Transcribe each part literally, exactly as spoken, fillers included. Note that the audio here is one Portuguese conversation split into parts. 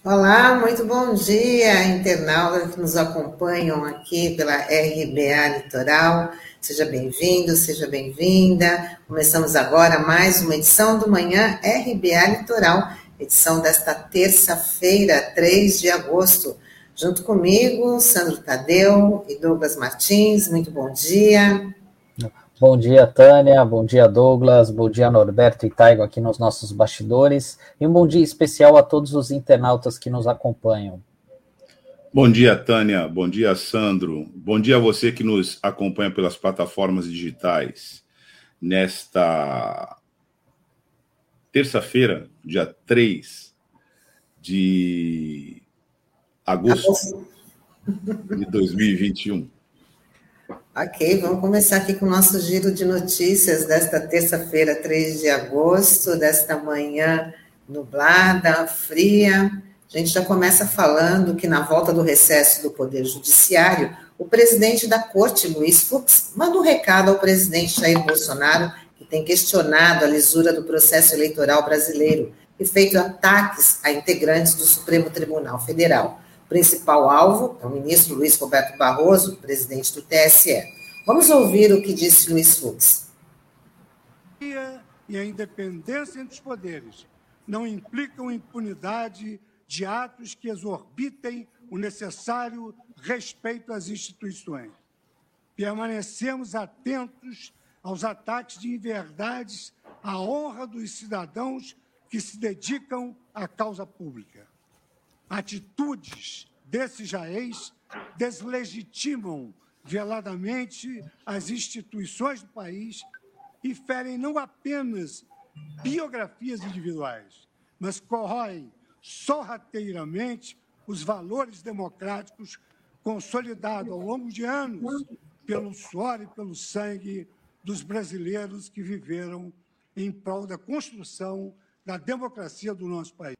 Olá, muito bom dia, internautas que nos acompanham aqui pela R B A Litoral. Seja bem-vindo, seja bem-vinda. Começamos agora mais uma edição do Manhã R B A Litoral, edição desta terça-feira, três de agosto. Junto comigo, Sandro Tadeu e Douglas Martins. Muito bom dia. Bom dia, Tânia, bom dia, Douglas, bom dia, Norberto e Taigo aqui nos nossos bastidores, e um bom dia especial a todos os internautas que nos acompanham. Bom dia, Tânia, bom dia, Sandro, bom dia a você que nos acompanha pelas plataformas digitais. Nesta terça-feira, dia três de agosto de dois mil e vinte e um. Ok, vamos começar aqui com o nosso giro de notícias desta terça-feira, três de agosto, desta manhã nublada, fria. A gente já começa falando que na volta do recesso do Poder Judiciário, o presidente da Corte, Luiz Fux, manda um recado ao presidente Jair Bolsonaro, que tem questionado a lisura do processo eleitoral brasileiro e feito ataques a integrantes do Supremo Tribunal Federal. O principal alvo é o ministro Luiz Roberto Barroso, presidente do T S E. Vamos ouvir o que disse Luiz Fux. E a independência entre os poderes não implicam impunidade de atos que exorbitem o necessário respeito às instituições. Permanecemos atentos aos ataques de inverdades à honra dos cidadãos que se dedicam à causa pública. Atitudes desses jaez deslegitimam veladamente as instituições do país e ferem não apenas biografias individuais, mas corroem sorrateiramente os valores democráticos consolidados ao longo de anos pelo suor e pelo sangue dos brasileiros que viveram em prol da construção da democracia do nosso país.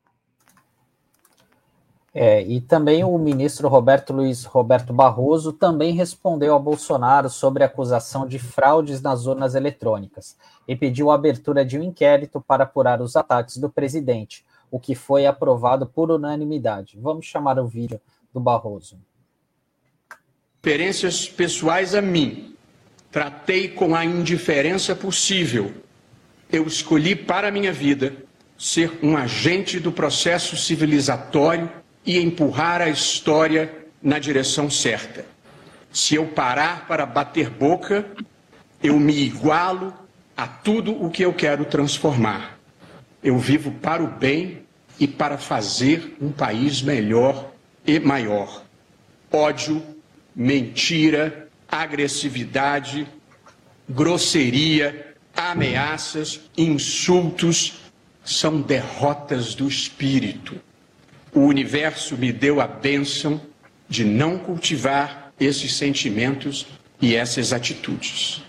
É, e também o ministro Roberto Luiz Roberto Barroso também respondeu a Bolsonaro sobre a acusação de fraudes nas urnas eletrônicas e pediu a abertura de um inquérito para apurar os ataques do presidente, o que foi aprovado por unanimidade. Vamos chamar o vídeo do Barroso. Experiências pessoais a mim, tratei com a indiferença possível. Eu escolhi para a minha vida ser um agente do processo civilizatório e empurrar a história na direção certa. Se eu parar para bater boca, eu me igualo a tudo o que eu quero transformar. Eu vivo para o bem e para fazer um país melhor e maior. Ódio, mentira, agressividade, grosseria, ameaças, insultos são derrotas do espírito. O universo me deu a bênção de não cultivar esses sentimentos e essas atitudes.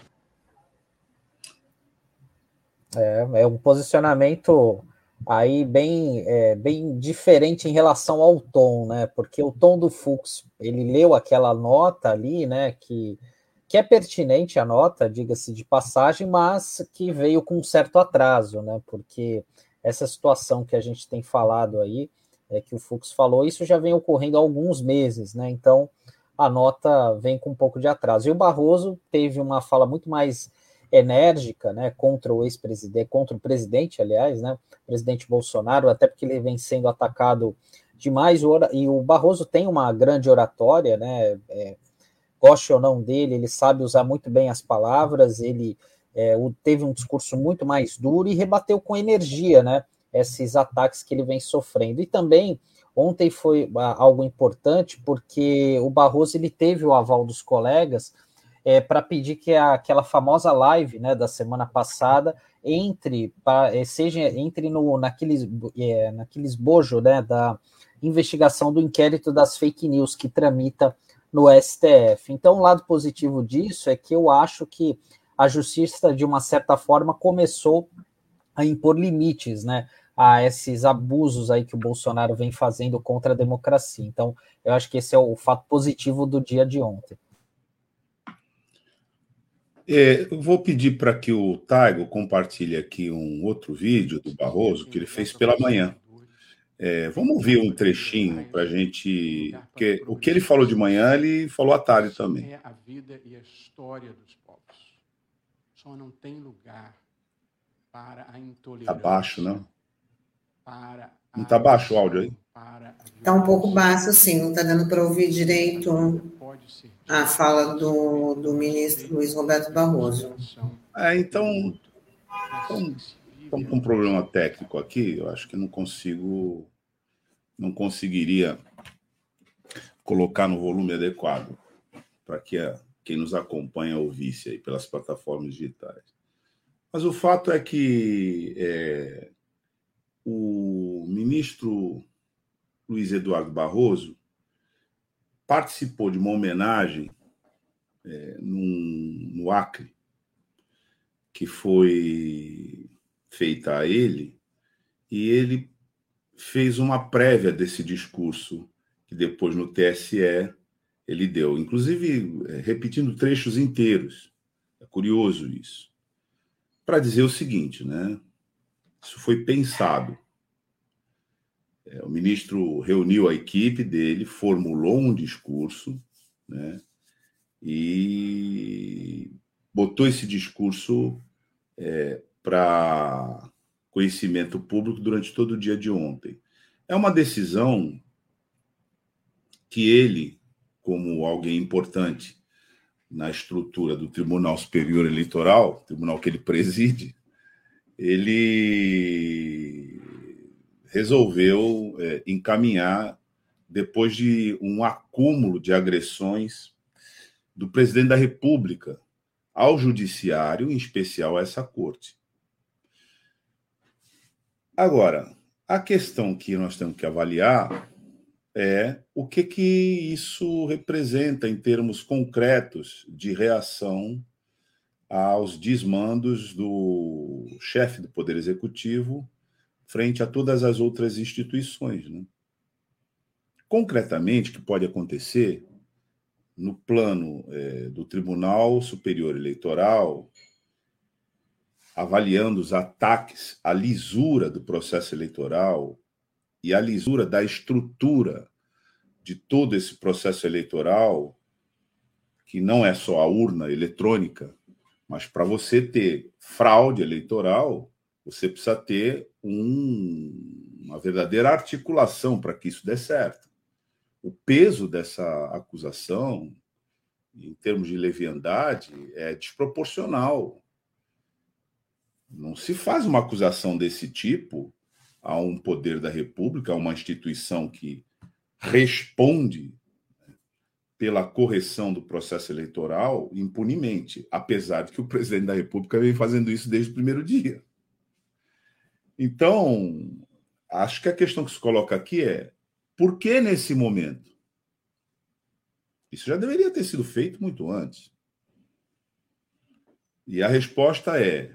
É, é um posicionamento aí bem, é, bem diferente em relação ao tom, né? Porque o tom do Fux, ele leu aquela nota ali, né? Que, que é pertinente a nota, diga-se de passagem, mas que veio com um certo atraso, né? Porque essa situação que a gente tem falado aí, é, que o Fux falou, isso já vem ocorrendo há alguns meses, né? Então a nota vem com um pouco de atraso. E o Barroso teve uma fala muito mais enérgica, né, contra o ex-presidente, contra o presidente, aliás, né, o presidente Bolsonaro, até porque ele vem sendo atacado demais, e o Barroso tem uma grande oratória, né, é, goste ou não dele, ele sabe usar muito bem as palavras, ele é, teve um discurso muito mais duro e rebateu com energia, né, esses ataques que ele vem sofrendo. E também, ontem foi algo importante, porque o Barroso ele teve o aval dos colegas é, para pedir que a, aquela famosa live, né, da semana passada entre, pra, seja, entre no, naqueles, é, naqueles bojo, né, da investigação do inquérito das fake news que tramita no S T F. Então, o lado positivo disso é que eu acho que a justiça, de uma certa forma, começou a impor limites, né, a esses abusos aí que o Bolsonaro vem fazendo contra a democracia. Então, eu acho que esse é o fato positivo do dia de ontem. É, eu vou pedir para que o Taigo compartilhe aqui um outro vídeo do Barroso que ele fez pela manhã. É, vamos ouvir um trechinho para a gente... Porque o que ele falou de manhã, ele falou à tarde também. É a vida e a história dos povos. Só não tem lugar para a intolerância. Está baixo, não? Para não está baixo o áudio aí? Está um pouco baixo, sim. Não está dando para ouvir direito a fala do, do ministro Luiz Roberto Barroso. É, então... então Estamos com um problema técnico aqui, eu acho que não consigo, não conseguiria colocar no volume adequado para que a, quem nos acompanha ouvisse aí pelas plataformas digitais. Mas o fato é que é, o ministro Luiz Eduardo Barroso participou de uma homenagem é, num, no Acre, que foi feita a ele, e ele fez uma prévia desse discurso que depois no T S E ele deu, inclusive repetindo trechos inteiros. É curioso isso. Para dizer o seguinte, né? Isso foi pensado. É, o ministro reuniu a equipe dele, formulou um discurso, né? E botou esse discurso é, para conhecimento público durante todo o dia de ontem. É uma decisão que ele, como alguém importante na estrutura do Tribunal Superior Eleitoral, tribunal que ele preside, ele resolveu é, encaminhar depois de um acúmulo de agressões do presidente da República ao judiciário, em especial a essa corte. Agora, a questão que nós temos que avaliar é o que, que isso representa em termos concretos de reação aos desmandos do chefe do Poder Executivo frente a todas as outras instituições, né? Concretamente, o que pode acontecer no plano é, do Tribunal Superior Eleitoral, avaliando os ataques à lisura do processo eleitoral e à lisura da estrutura de todo esse processo eleitoral, que não é só a urna eletrônica, mas para você ter fraude eleitoral, você precisa ter um, uma verdadeira articulação para que isso dê certo. O peso dessa acusação, em termos de leviandade, é desproporcional. Não se faz uma acusação desse tipo a um poder da República, a uma instituição que responde pela correção do processo eleitoral impunemente, apesar de que o presidente da República vem fazendo isso desde o primeiro dia. Então, acho que a questão que se coloca aqui é: por que nesse momento? Isso já deveria ter sido feito muito antes. E a resposta é: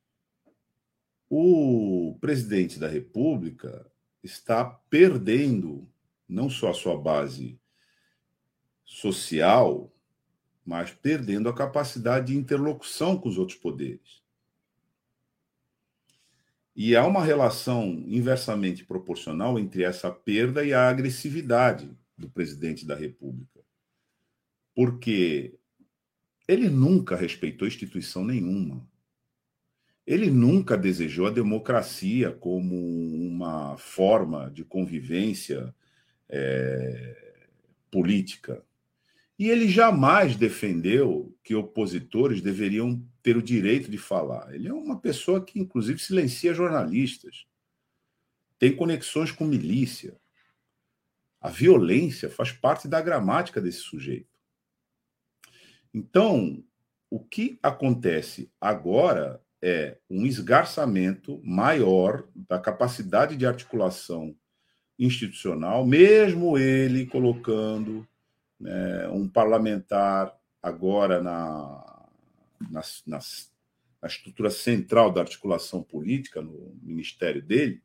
o presidente da República está perdendo não só a sua base social, mas perdendo a capacidade de interlocução com os outros poderes. E há uma relação inversamente proporcional entre essa perda e a agressividade do presidente da República. Porque ele nunca respeitou instituição nenhuma. Ele nunca desejou a democracia como uma forma de convivência é, política. E ele jamais defendeu que opositores deveriam ter o direito de falar. Ele é uma pessoa que, inclusive, silencia jornalistas, tem conexões com milícia. A violência faz parte da gramática desse sujeito. Então, o que acontece agora é um esgarçamento maior da capacidade de articulação institucional, mesmo ele colocando, né, um parlamentar agora na, na, na, na estrutura central da articulação política, no ministério dele.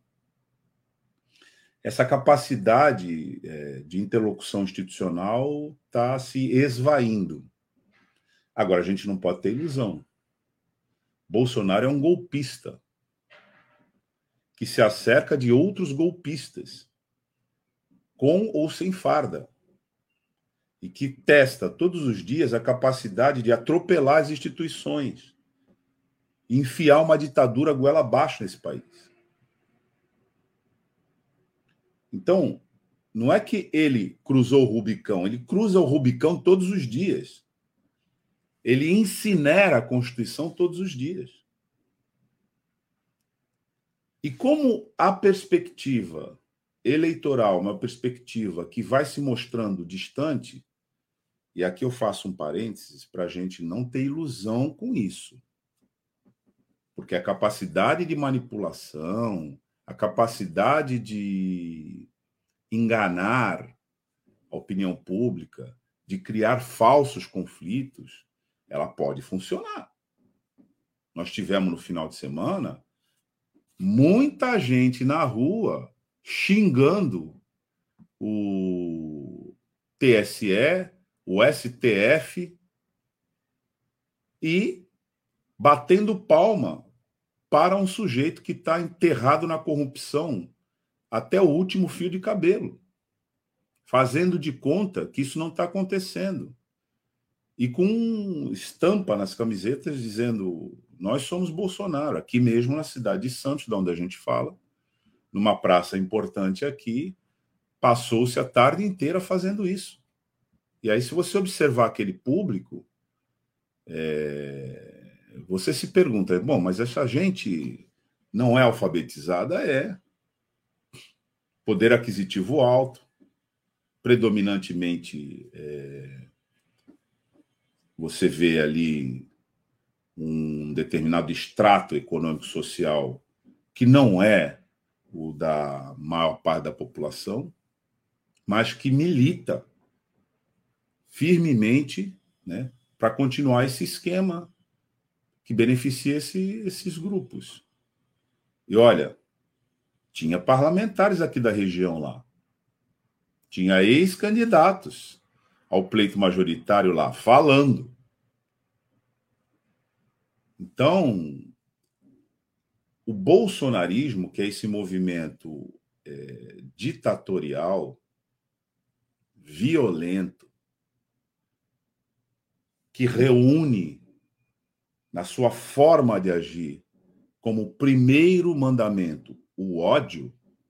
Essa capacidade é, de interlocução institucional está se esvaindo. Agora, a gente não pode ter ilusão. Bolsonaro é um golpista que se acerca de outros golpistas, com ou sem farda, e que testa todos os dias a capacidade de atropelar as instituições, e enfiar uma ditadura goela abaixo nesse país. Então, não é que ele cruzou o Rubicão, ele cruza o Rubicão todos os dias. Ele incinera a Constituição todos os dias. E como a perspectiva eleitoral, uma perspectiva que vai se mostrando distante, e aqui eu faço um parênteses para a gente não ter ilusão com isso, porque a capacidade de manipulação, a capacidade de enganar a opinião pública, de criar falsos conflitos, ela pode funcionar. Nós tivemos no final de semana muita gente na rua xingando o T S E, o S T F e batendo palma para um sujeito que está enterrado na corrupção até o último fio de cabelo, fazendo de conta que isso não está acontecendo. E com estampa nas camisetas dizendo: nós somos Bolsonaro, aqui mesmo na cidade de Santos, de onde a gente fala, numa praça importante aqui, passou-se a tarde inteira fazendo isso. E aí, se você observar aquele público, é... você se pergunta, bom, mas essa gente não é alfabetizada? É. Poder aquisitivo alto, predominantemente é... você vê ali um determinado extrato econômico-social que não é o da maior parte da população, mas que milita firmemente, né, para continuar esse esquema que beneficia esse, esses grupos. E olha, tinha parlamentares aqui da região lá, tinha ex-candidatos ao pleito majoritário lá, falando. Então, o bolsonarismo, que é esse movimento é, ditatorial, violento, que reúne na sua forma de agir como primeiro mandamento o ódio,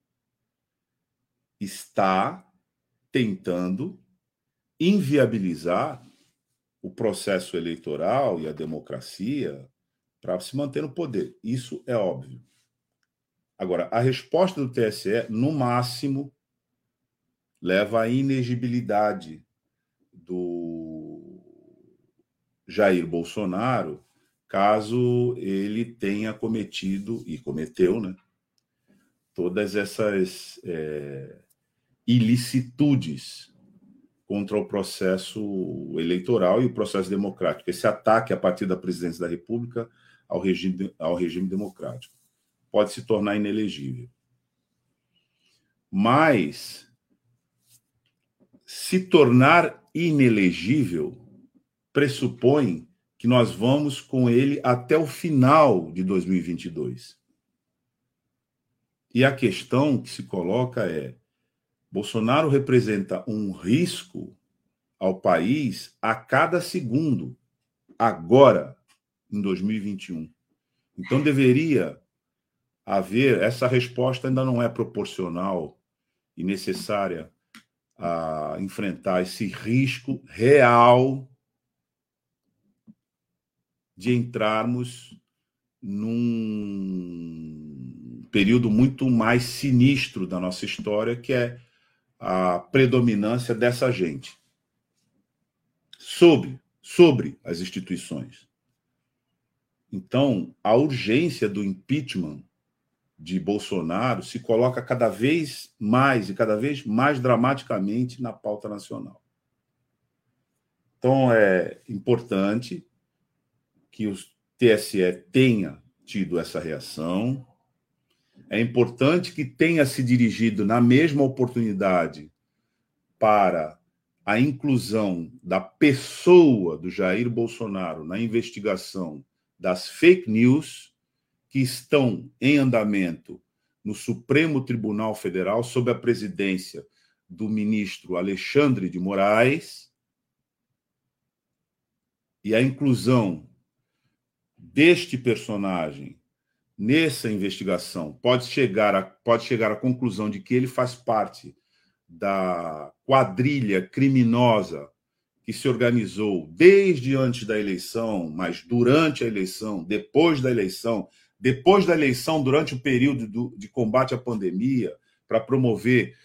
está tentando inviabilizar o processo eleitoral e a democracia para se manter no poder. Isso é óbvio. Agora, a resposta do T S E, no máximo, leva à inegibilidade do Jair Bolsonaro, caso ele tenha cometido, e cometeu, né, todas essas é, ilicitudes contra o processo eleitoral e o processo democrático. Esse ataque a partir da presidência da República ao regime, ao regime democrático pode se tornar inelegível. Mas se tornar inelegível pressupõe que nós vamos com ele até o final de dois mil e vinte e dois. E a questão que se coloca é: Bolsonaro representa um risco ao país a cada segundo, agora, em dois mil e vinte e um. Então, deveria haver... Essa resposta ainda não é proporcional e necessária a enfrentar esse risco real de entrarmos num período muito mais sinistro da nossa história, que é a predominância dessa gente sobre, sobre as instituições. Então, a urgência do impeachment de Bolsonaro se coloca cada vez mais e cada vez mais dramaticamente na pauta nacional. Então, é importante que o T S E tenha tido essa reação. É importante que tenha se dirigido na mesma oportunidade para a inclusão da pessoa do Jair Bolsonaro na investigação das fake news que estão em andamento no Supremo Tribunal Federal, sob a presidência do ministro Alexandre de Moraes, e a inclusão deste personagem nessa investigação pode chegar, a, pode chegar à conclusão de que ele faz parte da quadrilha criminosa que se organizou desde antes da eleição, mas durante a eleição, depois da eleição, depois da eleição, durante o período do, de combate à pandemia, para promover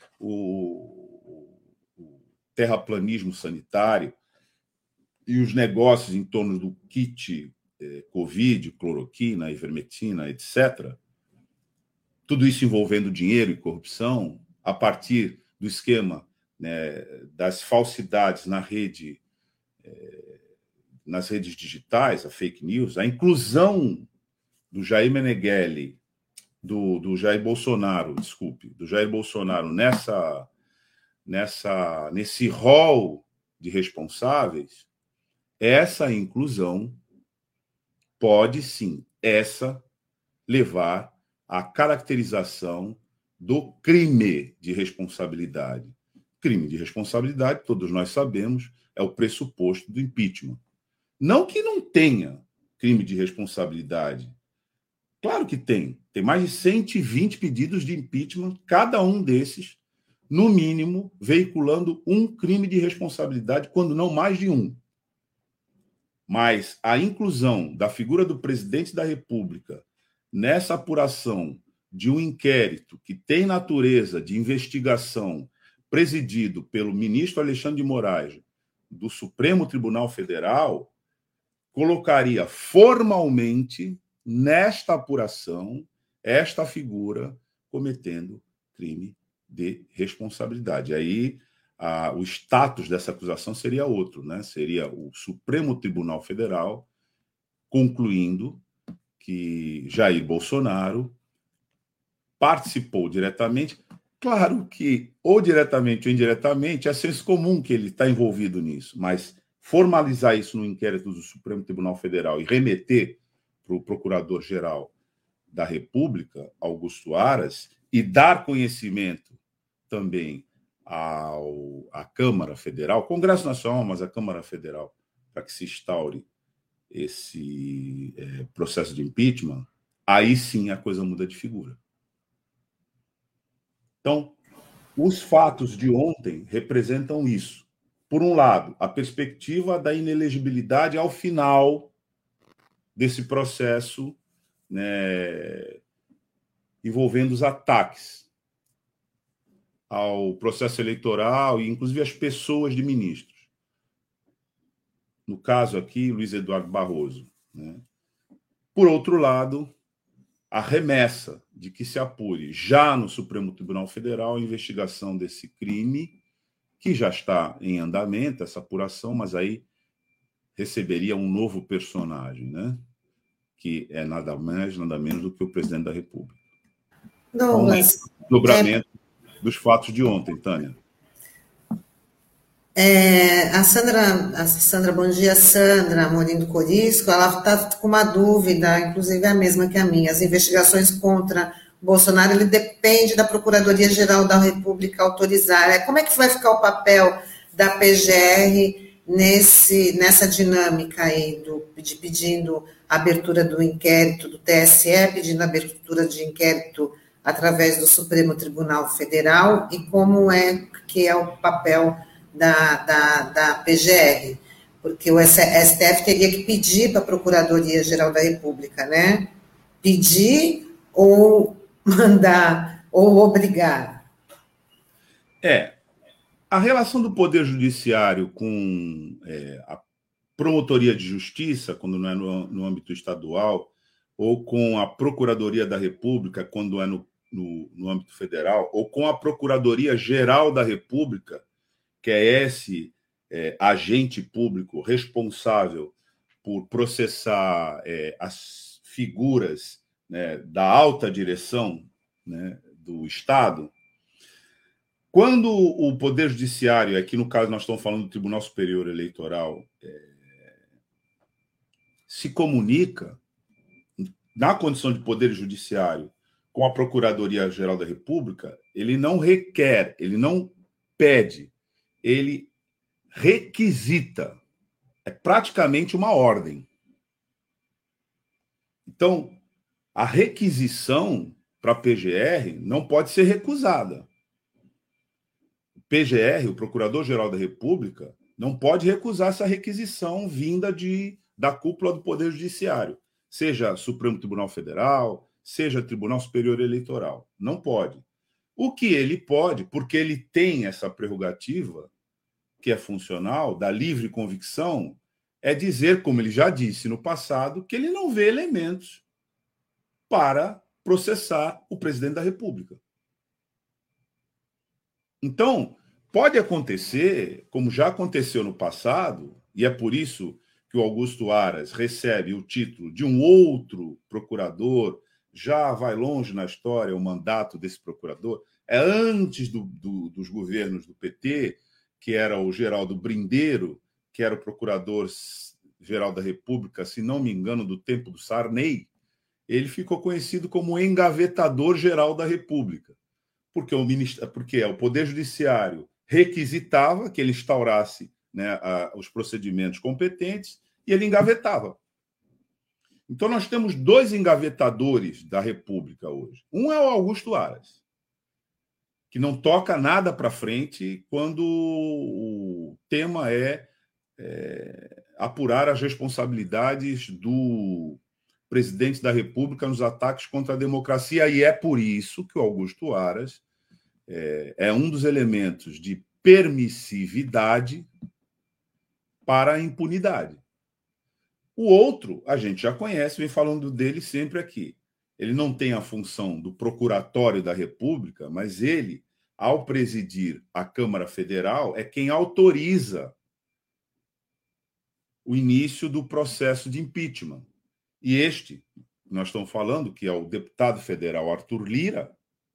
o, o terraplanismo sanitário e os negócios em torno do kit eh, Covid, cloroquina, ivermectina, etcétera. Tudo isso envolvendo dinheiro e corrupção, a partir do esquema, né, das falsidades na rede, eh, nas redes digitais, a fake news, a inclusão do Jair Meneghelli, do, do Jair Bolsonaro, desculpe, do Jair Bolsonaro nessa, nessa, nesse rol de responsáveis, essa inclusão pode, sim, essa levar à caracterização do crime de responsabilidade. Crime de responsabilidade, todos nós sabemos, é o pressuposto do impeachment. Não que não tenha crime de responsabilidade. Claro que tem. Tem mais de cento e vinte pedidos de impeachment, cada um desses, no mínimo, veiculando um crime de responsabilidade, quando não mais de um. Mas a inclusão da figura do presidente da República nessa apuração de um inquérito que tem natureza de investigação presidido pelo ministro Alexandre de Moraes do Supremo Tribunal Federal, colocaria formalmente nesta apuração esta figura cometendo crime de responsabilidade. Aí a, o status dessa acusação seria outro, né? Seria o Supremo Tribunal Federal concluindo que Jair Bolsonaro participou diretamente. Claro que, ou diretamente ou indiretamente, é senso comum que ele está envolvido nisso, mas formalizar isso no inquérito do Supremo Tribunal Federal e remeter para o Procurador-Geral da República, Augusto Aras, e dar conhecimento também ao, à Câmara Federal, Congresso Nacional, mas à Câmara Federal, para que se instaure esse é, processo de impeachment, aí sim a coisa muda de figura. Então, os fatos de ontem representam isso. Por um lado, a perspectiva da inelegibilidade ao final desse processo, né, envolvendo os ataques ao processo eleitoral e, inclusive, às pessoas de ministros. No caso aqui, Luiz Eduardo Barroso. Né? Por outro lado, a remessa de que se apure já no Supremo Tribunal Federal a investigação desse crime, que já está em andamento, essa apuração, mas aí receberia um novo personagem, né? Que é nada mais, nada menos do que o presidente da República. Não, mas... Um dobramento é... dos fatos de ontem, Tânia. É, a Sandra, a Sandra, bom dia, Sandra Amorim do Corisco, ela está com uma dúvida, inclusive a mesma que a minha. As investigações contra Bolsonaro, ele depende da Procuradoria-Geral da República autorizar. É, como é que vai ficar o papel da P G R nesse, nessa dinâmica aí, do, de pedindo a abertura do inquérito do T S E, pedindo a abertura de inquérito através do Supremo Tribunal Federal, e como é que é o papel Da, da, da P G R, porque o S T F teria que pedir para a Procuradoria-Geral da República, né? Pedir ou mandar, ou obrigar. É, a relação do Poder Judiciário com é, a Promotoria de Justiça, quando não é no, no âmbito estadual, ou com a Procuradoria da República, quando é no, no, no âmbito federal, ou com a Procuradoria-Geral da República, que é esse é, agente público responsável por processar é, as figuras, né, da alta direção, né, do Estado. Quando o Poder Judiciário, aqui no caso nós estamos falando do Tribunal Superior Eleitoral, é, se comunica, na condição de Poder Judiciário, com a Procuradoria-Geral da República, ele não requer, ele não pede, ele requisita. É praticamente uma ordem. Então, a requisição para a P G R não pode ser recusada. O P G R, o Procurador-Geral da República, não pode recusar essa requisição vinda de, da cúpula do Poder Judiciário, seja Supremo Tribunal Federal, seja Tribunal Superior Eleitoral. Não pode. O que ele pode, porque ele tem essa prerrogativa, que é funcional, da livre convicção, é dizer, como ele já disse no passado, que ele não vê elementos para processar o presidente da República. Então, pode acontecer, como já aconteceu no passado, e é por isso que o Augusto Aras recebe o título de um outro procurador, já vai longe na história o mandato desse procurador, é antes do, do, dos governos do P T, que era o Geraldo Brindeiro, que era o procurador-geral da República, se não me engano, do tempo do Sarney, ele ficou conhecido como engavetador-geral da República, porque o, ministro, porque o Poder Judiciário requisitava que ele instaurasse, né, a, os procedimentos competentes e ele engavetava. Então, nós temos dois engavetadores da República hoje. Um é o Augusto Aras, que não toca nada para frente quando o tema é, é apurar as responsabilidades do presidente da República nos ataques contra a democracia, e é por isso que o Augusto Aras é, é um dos elementos de permissividade para a impunidade. O outro, a gente já conhece, vem falando dele sempre aqui. Ele não tem a função do Procuratório da República, mas ele, ao presidir a Câmara Federal, é quem autoriza o início do processo de impeachment. E este, nós estamos falando, que é o deputado federal Arthur Lira,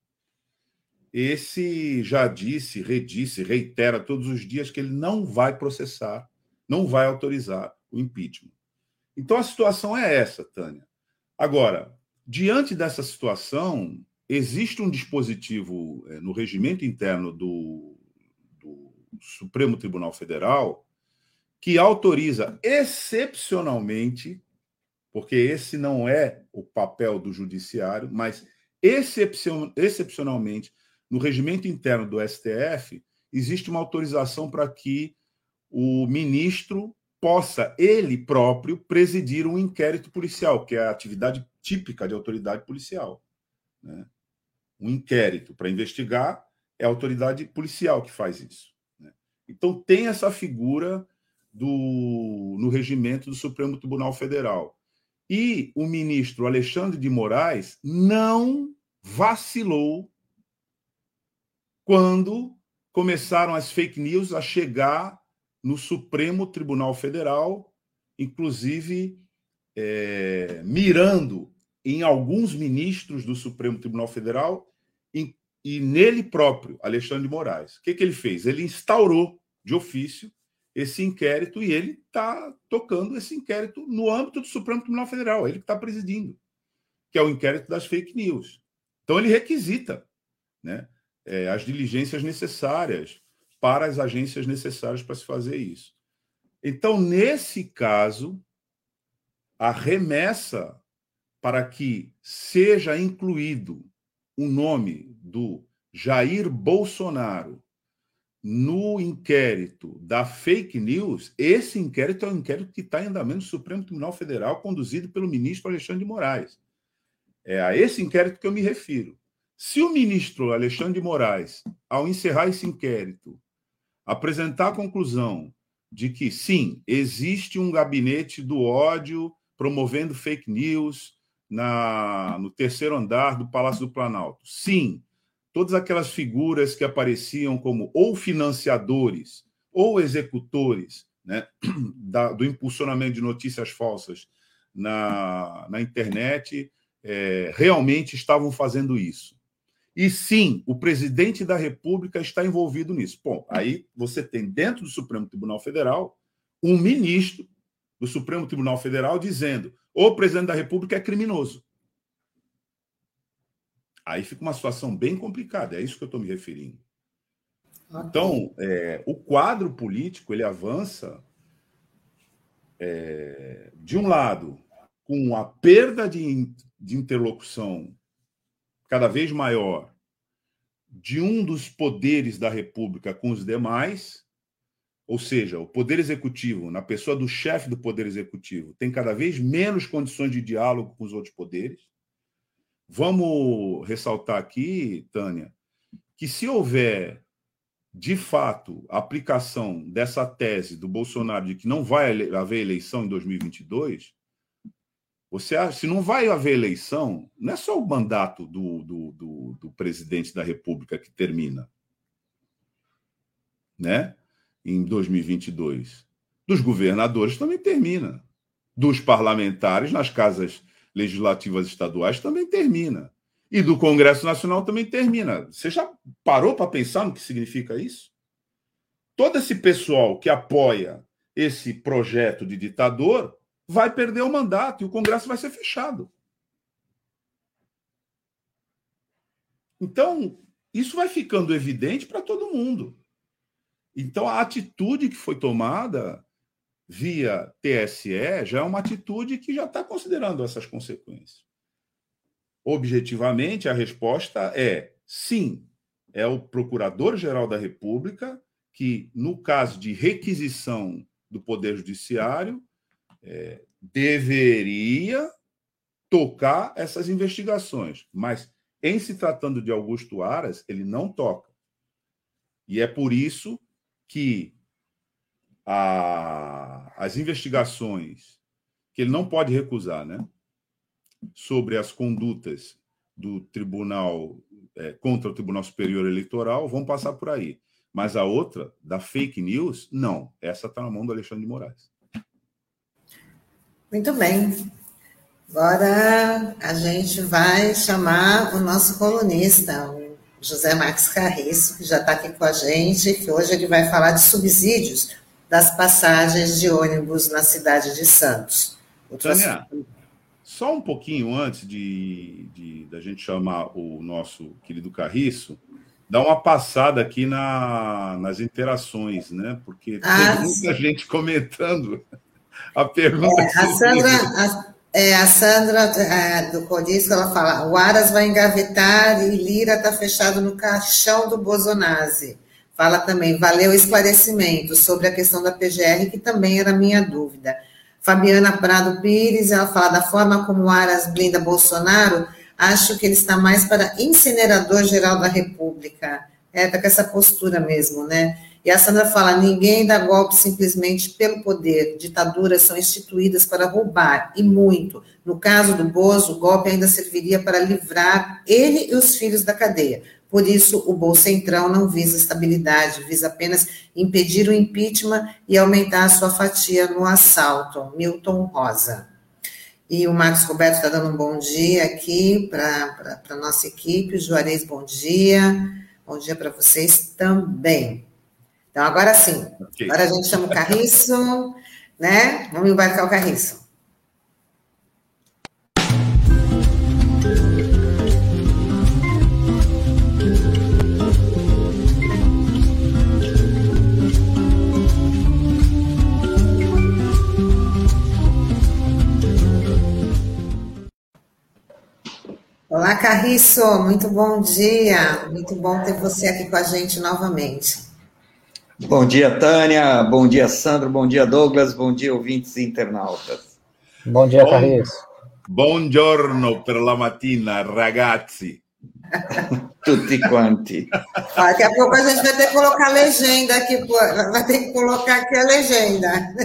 esse já disse, redisse, reitera todos os dias que ele não vai processar, não vai autorizar o impeachment. Então, a situação é essa, Tânia. Agora, diante dessa situação, existe um dispositivo no regimento interno do, do Supremo Tribunal Federal que autoriza excepcionalmente, porque esse não é o papel do judiciário, mas excepcion, excepcionalmente, no regimento interno do S T F, existe uma autorização para que o ministro possa, ele próprio, presidir um inquérito policial, que é a atividade típica de autoridade policial. Né? Um inquérito para investigar é a autoridade policial que faz isso. Né? Então, tem essa figura do, no regimento do Supremo Tribunal Federal. E o ministro Alexandre de Moraes não vacilou quando começaram as fake news a chegar no Supremo Tribunal Federal, inclusive é, mirando em alguns ministros do Supremo Tribunal Federal e, e nele próprio, Alexandre de Moraes. O que, que ele fez? Ele instaurou de ofício esse inquérito e ele está tocando esse inquérito no âmbito do Supremo Tribunal Federal, ele que está presidindo, que é o inquérito das fake news. Então, ele requisita, né, é, as diligências necessárias para as agências necessárias para se fazer isso. Então, nesse caso, a remessa para que seja incluído o nome do Jair Bolsonaro no inquérito da fake news, esse inquérito é um inquérito que está em andamento no Supremo Tribunal Federal, conduzido pelo ministro Alexandre de Moraes. É a esse inquérito que eu me refiro. Se o ministro Alexandre de Moraes, ao encerrar esse inquérito, apresentar a conclusão de que, sim, existe um gabinete do ódio promovendo fake news na, no terceiro andar do Palácio do Planalto, sim, todas aquelas figuras que apareciam como ou financiadores ou executores, né, da, do impulsionamento de notícias falsas na, na internet, é, realmente estavam fazendo isso. E sim, o presidente da República está envolvido nisso. Bom, aí você tem dentro do Supremo Tribunal Federal um ministro do Supremo Tribunal Federal dizendo: o presidente da República é criminoso. Aí fica uma situação bem complicada, é isso que eu estou me referindo. Então, é, o quadro político ele avança, é, de um lado, com a perda de, de interlocução cada vez maior de um dos poderes da República com os demais, ou seja, o Poder Executivo, na pessoa do chefe do Poder Executivo, tem cada vez menos condições de diálogo com os outros poderes. Vamos ressaltar aqui, Tânia, que se houver de fato, a aplicação dessa tese do Bolsonaro de que não vai haver eleição em dois mil e vinte e dois, você acha, se não vai haver eleição, não é só o mandato do, do, do, do presidente da República que termina, né? Em dois mil e vinte e dois. Dos governadores também termina. Dos parlamentares nas casas legislativas estaduais também termina. E do Congresso Nacional também termina. Você já parou para pensar no que significa isso? Todo esse pessoal que apoia esse projeto de ditador vai perder o mandato e o Congresso vai ser fechado. Então, isso vai ficando evidente para todo mundo. Então, a atitude que foi tomada via T S E já é uma atitude que já está considerando essas consequências. Objetivamente, a resposta é sim. É o Procurador-Geral da República que, no caso de requisição do Poder Judiciário, é, deveria tocar essas investigações. Mas, em se tratando de Augusto Aras, ele não toca. E é por isso que a, as investigações que ele não pode recusar, né? Sobre as condutas do Tribunal é, contra o Tribunal Superior Eleitoral vão passar por aí. Mas a outra, da fake news, não. Essa está na mão do Alexandre de Moraes. Muito bem. Agora a gente vai chamar o nosso colunista, o José Marques Carriço, que já está aqui com a gente, que hoje ele vai falar de subsídios das passagens de ônibus na cidade de Santos. Tânia, só um pouquinho antes de, de, de a gente chamar o nosso querido Carriço, dá uma passada aqui na, nas interações, né? Porque ah, tem muita gente comentando a pergunta. É, a Sandra, a, é, a Sandra é, do Corisco, ela fala: o Aras vai engavetar e Lira está fechado no caixão do Bozonazzi. Fala também, valeu o esclarecimento sobre a questão da P G R, que também era minha dúvida. Fabiana Prado Pires, ela fala da forma como o Aras blinda Bolsonaro, acho que ele está mais para incinerador-geral da República. É, está com essa postura mesmo, né? E a Sandra fala, ninguém dá golpe simplesmente pelo poder. Ditaduras são instituídas para roubar, e muito. No caso do Bozo, o golpe ainda serviria para livrar ele e os filhos da cadeia. Por isso, o Bolcentrão não visa estabilidade, visa apenas impedir o impeachment e aumentar a sua fatia no assalto. Milton Rosa. E o Marcos Roberto está dando um bom dia aqui para a nossa equipe. O Juarez, bom dia. Bom dia para vocês também. Então, agora sim. Okay. Agora a gente chama o Carriço, né? Vamos embarcar o Carriço. Olá, Carriço, muito bom dia, muito bom ter você aqui com a gente novamente. Bom dia, Tânia, bom dia, Sandro, bom dia, Douglas, bom dia, ouvintes e internautas. Bom dia, Carriço. Buongiorno per la mattina, ragazzi. Tutti quanti. Daqui a pouco a gente vai ter que colocar a legenda aqui, vai ter que colocar aqui a legenda.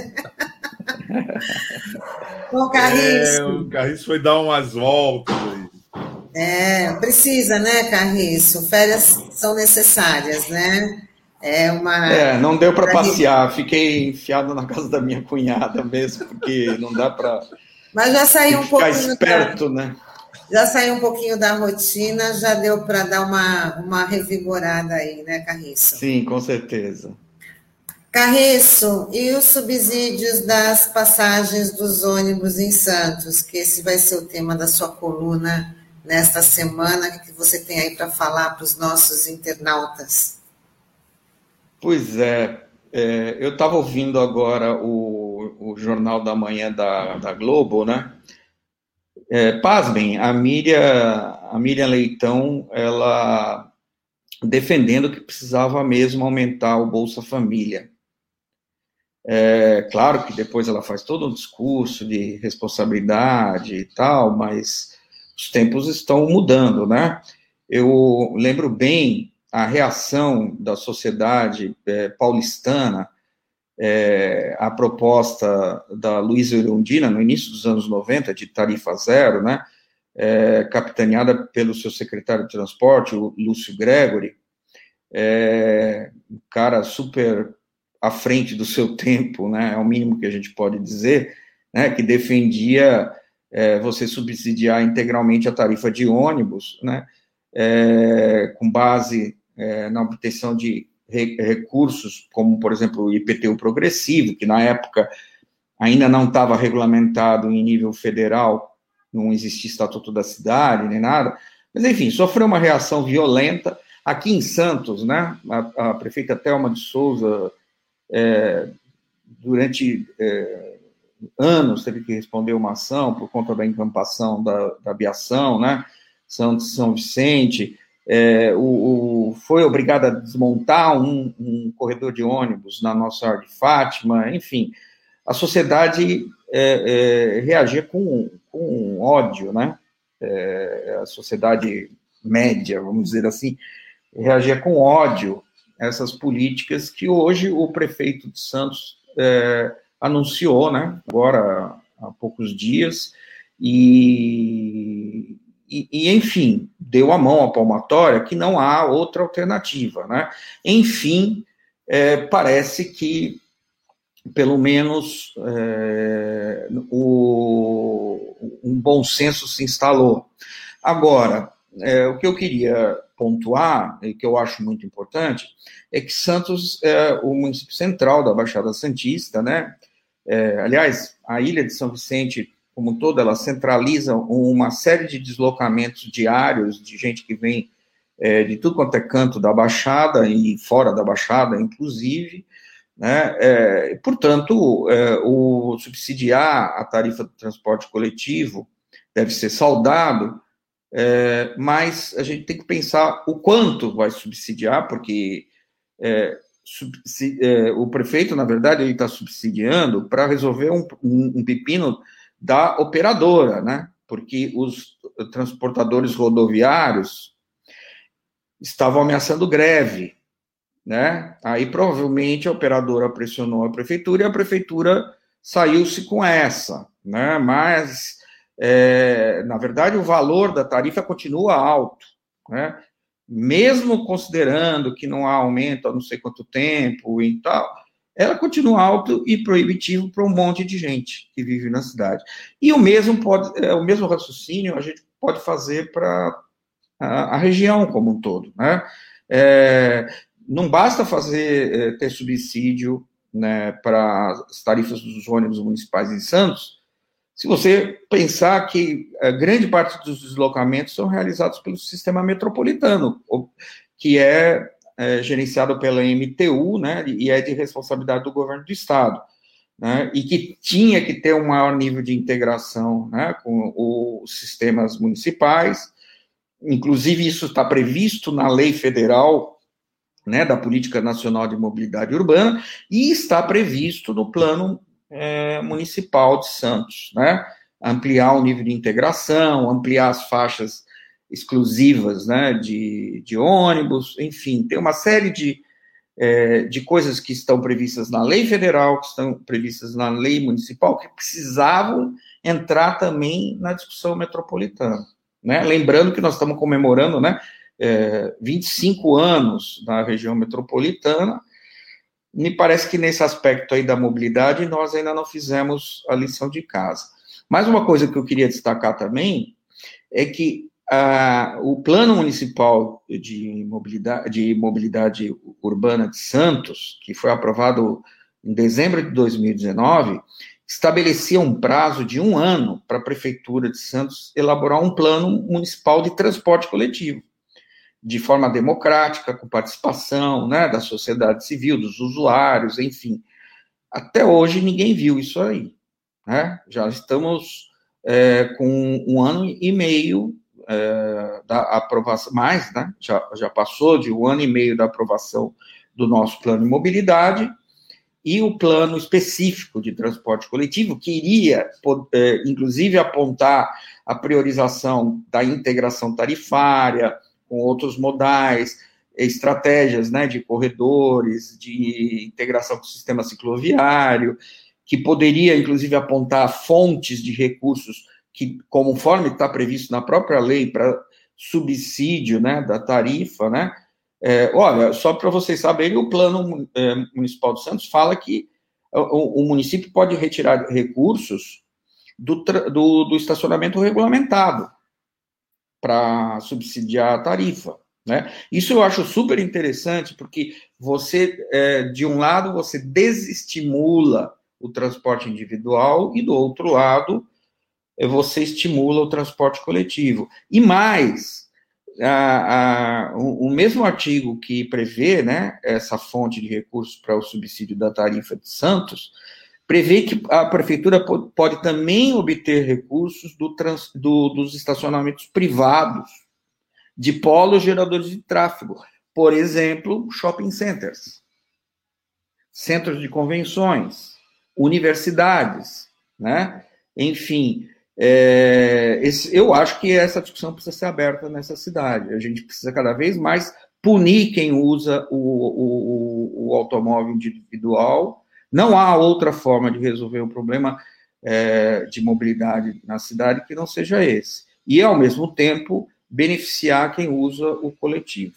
Bom, Carriço. É, o Carriço foi dar umas voltas aí. É, precisa, né, Carriço? Férias são necessárias, né? É, uma... é não deu para passear, fiquei enfiado na casa da minha cunhada mesmo, porque não dá para. Mas já saiu um pouquinho. Ficar esperto, da... né? Já saiu um pouquinho da rotina, já deu para dar uma, uma revigorada aí, né, Carriço? Sim, com certeza. Carriço, e os subsídios das passagens dos ônibus em Santos, que esse vai ser o tema da sua coluna nesta semana? O que você tem aí para falar para os nossos internautas? Pois é, é eu estava ouvindo agora o, o Jornal da Manhã da, da Globo, né? É, pasmem, a Miriam, a Miriam Leitão, ela defendendo que precisava mesmo aumentar o Bolsa Família. É, claro que depois ela faz todo um discurso de responsabilidade e tal, mas os tempos estão mudando, né? Eu lembro bem a reação da sociedade é, paulistana É, a proposta da Luísa Erundina, no início dos anos noventa, de tarifa zero, né, é, capitaneada pelo seu secretário de transporte, o Lúcio Gregory, é, um cara super à frente do seu tempo, né, é o mínimo que a gente pode dizer, né, que defendia é, você subsidiar integralmente a tarifa de ônibus, né, é, com base é, na obtenção de recursos, como, por exemplo, o I P T U progressivo, que na época ainda não estava regulamentado em nível federal, não existia estatuto da cidade, nem nada, mas, enfim, sofreu uma reação violenta. Aqui em Santos, né, a, a prefeita Thelma de Souza, é, durante é, anos, teve que responder uma ação por conta da encampação da, da aviação, né, Santos São Vicente, É, o, o, foi obrigado a desmontar um, um corredor de ônibus na Nossa Senhora de Fátima, enfim, a sociedade é, é, reagia com, com ódio, né? É, a sociedade média, vamos dizer assim, reagia com ódio a essas políticas que hoje o prefeito de Santos é, anunciou, né? Agora há poucos dias, e E, e, enfim, deu a mão à palmatória que não há outra alternativa, né? Enfim, é, parece que, pelo menos, é, o, um bom senso se instalou. Agora, é, o que eu queria pontuar, e que eu acho muito importante, é que Santos é o município central da Baixada Santista, né? É, aliás, a ilha de São Vicente, como um todo, ela centraliza uma série de deslocamentos diários de gente que vem é, de tudo quanto é canto da Baixada e fora da Baixada, inclusive, né? É, portanto, é, o subsidiar a tarifa do transporte coletivo deve ser saudado, é, mas a gente tem que pensar o quanto vai subsidiar, porque é, subsidi- é, o prefeito, na verdade, ele está subsidiando para resolver um, um, um pepino da operadora, né? Porque os transportadores rodoviários estavam ameaçando greve, né? Aí provavelmente a operadora pressionou a prefeitura e a prefeitura saiu-se com essa, né? Mas é, na verdade o valor da tarifa continua alto, né? Mesmo considerando que não há aumento há não sei quanto tempo e tal, ela continua alto e proibitivo para um monte de gente que vive na cidade. E o mesmo pode, é, o mesmo raciocínio a gente pode fazer para a, a região como um todo, né? É, não basta fazer é, ter subsídio, né, para as tarifas dos ônibus municipais em Santos, se você pensar que a grande parte dos deslocamentos são realizados pelo sistema metropolitano, que é É, gerenciado pela M T U, né, e é de responsabilidade do governo do estado, né, e que tinha que ter um maior nível de integração, né, com os sistemas municipais. Inclusive isso está previsto na lei federal, né, da Política Nacional de Mobilidade Urbana, e está previsto no plano é, municipal de Santos, né, ampliar o nível de integração, ampliar as faixas exclusivas, né, de, de ônibus, enfim, tem uma série de, é, de coisas que estão previstas na lei federal, que estão previstas na lei municipal, que precisavam entrar também na discussão metropolitana, né? Lembrando que nós estamos comemorando, né, é, vinte e cinco anos na região metropolitana. Me parece que nesse aspecto aí da mobilidade nós ainda não fizemos a lição de casa. Mas uma coisa que eu queria destacar também é que Ah, o Plano Municipal de mobilidade, de mobilidade Urbana de Santos, que foi aprovado em dezembro de dois mil e dezenove, estabelecia um prazo de um ano para a Prefeitura de Santos elaborar um plano municipal de transporte coletivo, de forma democrática, com participação, né, da sociedade civil, dos usuários, enfim. Até hoje ninguém viu isso aí, né? Já estamos é, com um ano e meio é, da aprovação, mais, né? Já, já passou de um ano e meio da aprovação do nosso plano de mobilidade, e o plano específico de transporte coletivo, que iria, é, inclusive, apontar a priorização da integração tarifária com outros modais, estratégias, né, de corredores, de integração com o sistema cicloviário, que poderia, inclusive, apontar fontes de recursos que, conforme está previsto na própria lei para subsídio, né, da tarifa, né. É, olha, só para vocês saberem, o Plano é, Municipal de Santos fala que o, o município pode retirar recursos do, do, do estacionamento regulamentado para subsidiar a tarifa, né? Isso eu acho super interessante, porque você, é, de um lado, você desestimula o transporte individual e, do outro lado, você estimula o transporte coletivo. E mais... A, a, o, o mesmo artigo que prevê, né, essa fonte de recursos para o subsídio da tarifa de Santos, prevê que a prefeitura pode, pode também obter recursos do trans, do, dos estacionamentos privados de polos geradores de tráfego, por exemplo, shopping centers, centros de convenções, universidades, né, enfim... É, esse, eu acho que essa discussão precisa ser aberta nessa cidade. A gente precisa cada vez mais punir quem usa o, o, o automóvel individual. Não há outra forma de resolver o problema é, de mobilidade na cidade que não seja esse. E, ao mesmo tempo, beneficiar quem usa o coletivo.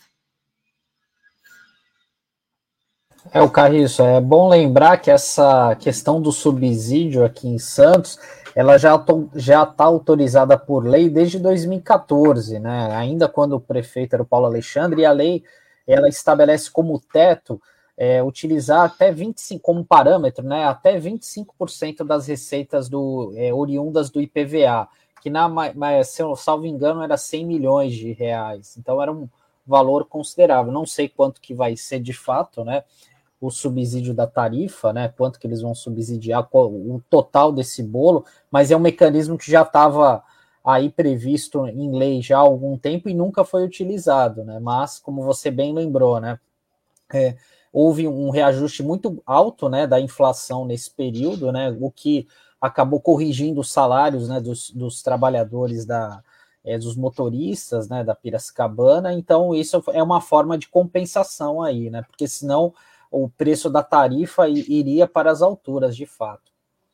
É, o Carriço, é bom lembrar que essa questão do subsídio aqui em Santos, ela já já está autorizada por lei desde dois mil e quatorze, né? Ainda quando o prefeito era o Paulo Alexandre, e a lei ela estabelece como teto é, utilizar até vinte e cinco como parâmetro, né? Até vinte e cinco por cento das receitas do é, oriundas do I P V A, que na mas, se eu salvo engano era cem milhões de reais. Então era um valor considerável. Não sei quanto que vai ser de fato, né? O subsídio da tarifa, né, quanto que eles vão subsidiar, o total desse bolo, mas é um mecanismo que já estava aí previsto em lei já há algum tempo e nunca foi utilizado, né, mas, como você bem lembrou, né, é, houve um reajuste muito alto, né, da inflação nesse período, né, o que acabou corrigindo os salários, né, dos, dos trabalhadores da, é, dos motoristas, né, da Piracicabana, então isso é uma forma de compensação aí, né, porque senão o preço da tarifa iria para as alturas, de fato.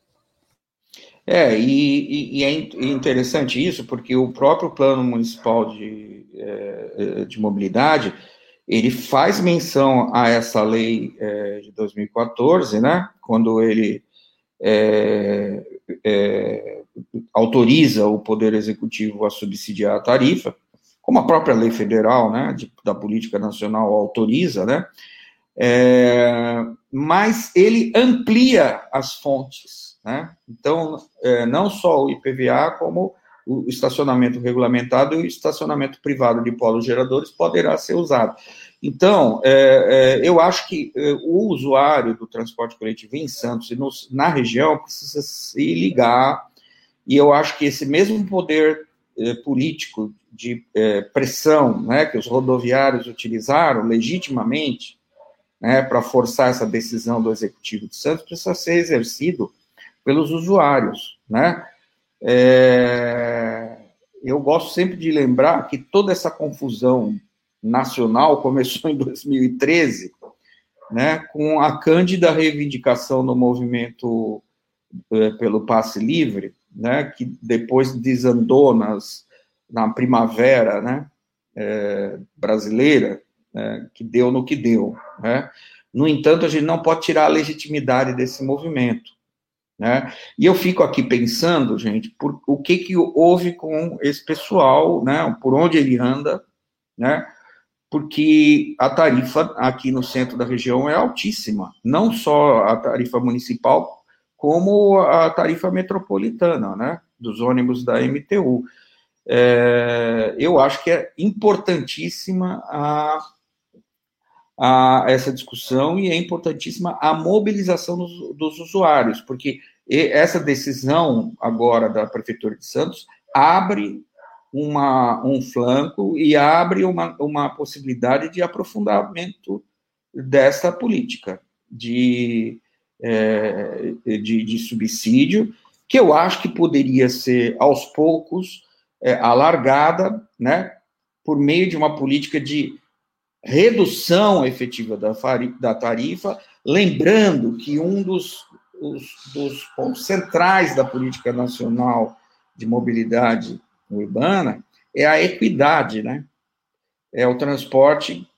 É, e, e é interessante isso, porque o próprio Plano Municipal de, de Mobilidade, ele faz menção a essa lei de dois mil e quatorze, né, quando ele é, é, autoriza o Poder Executivo a subsidiar a tarifa, como a própria lei federal, né, de, da Política Nacional autoriza, né, É, mas ele amplia as fontes, né? Então, é, não só o I P V A, como o estacionamento regulamentado e o estacionamento privado de polos geradores poderá ser usado. Então, é, é, eu acho que é, o usuário do transporte coletivo em Santos e no, na região precisa se ligar, e eu acho que esse mesmo poder é, político de é, pressão, né, que os rodoviários utilizaram legitimamente, né, para forçar essa decisão do Executivo de Santos, precisa ser exercido pelos usuários, né? É, eu gosto sempre de lembrar que toda essa confusão nacional começou em dois mil e treze, né, com a cândida reivindicação do movimento é, pelo passe livre, né, que depois desandou nas, na primavera, né, é, brasileira, É, que deu no que deu, né? No entanto, a gente não pode tirar a legitimidade desse movimento, né? E eu fico aqui pensando, gente, por, o que que houve com esse pessoal, né? Por onde ele anda, né? Porque a tarifa aqui no centro da região é altíssima, não só a tarifa municipal, como a tarifa metropolitana, né, dos ônibus da M T U. É, eu acho que é importantíssima a, a essa discussão e é importantíssima a mobilização dos, dos usuários, porque essa decisão agora da Prefeitura de Santos abre uma, um flanco e abre uma, uma possibilidade de aprofundamento dessa política de, é, de, de subsídio, que eu acho que poderia ser, aos poucos, é, alargada, né, por meio de uma política de redução efetiva da, da tarifa, lembrando que um dos, os, dos pontos centrais da política nacional de mobilidade urbana é a equidade, né? É o transporte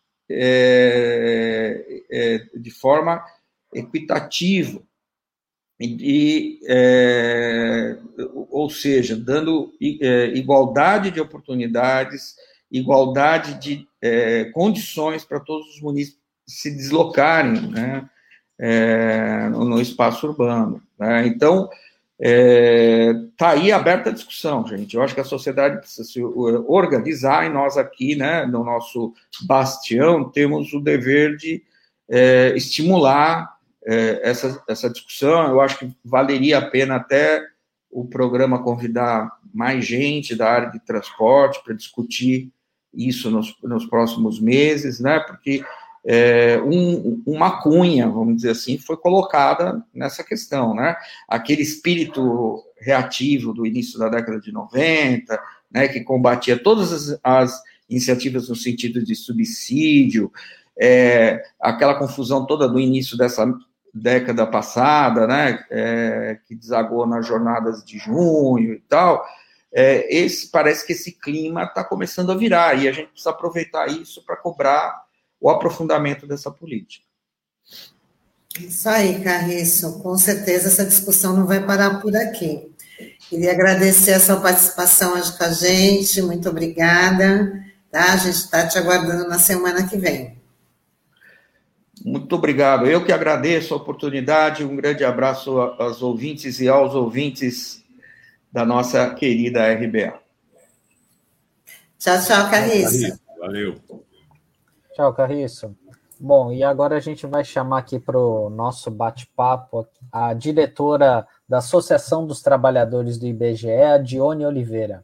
é, é, de forma equitativa, e, é, ou seja, dando é, igualdade de oportunidades, igualdade de é, condições para todos os munícipes se deslocarem, né, é, no, no espaço urbano, né? Então, está é, aí aberta a discussão, gente. Eu acho que a sociedade precisa se organizar e nós aqui, né, no nosso bastião, temos o dever de é, estimular é, essa, essa discussão. Eu acho que valeria a pena até o programa convidar mais gente da área de transporte para discutir isso nos, nos próximos meses, né, porque é, um, uma cunha, vamos dizer assim, foi colocada nessa questão, né, aquele espírito reativo do início da década de noventa, né, que combatia todas as, as iniciativas no sentido de subsídio, é, aquela confusão toda do início dessa década passada, né, é, que desagou nas jornadas de junho e tal. É, esse, parece que esse clima está começando a virar, e a gente precisa aproveitar isso para cobrar o aprofundamento dessa política. Isso aí, Carriço, com certeza essa discussão não vai parar por aqui. Queria agradecer a sua participação hoje com a gente, muito obrigada, tá? A gente está te aguardando na semana que vem. Muito obrigado, eu que agradeço a oportunidade, um grande abraço aos ouvintes e aos ouvintes da nossa querida R B A. Tchau, tchau, Carriço. Valeu. Tchau, Carriço. Bom, e agora a gente vai chamar aqui para o nosso bate-papo a diretora da Associação dos Trabalhadores do I B G E, a Dione Oliveira.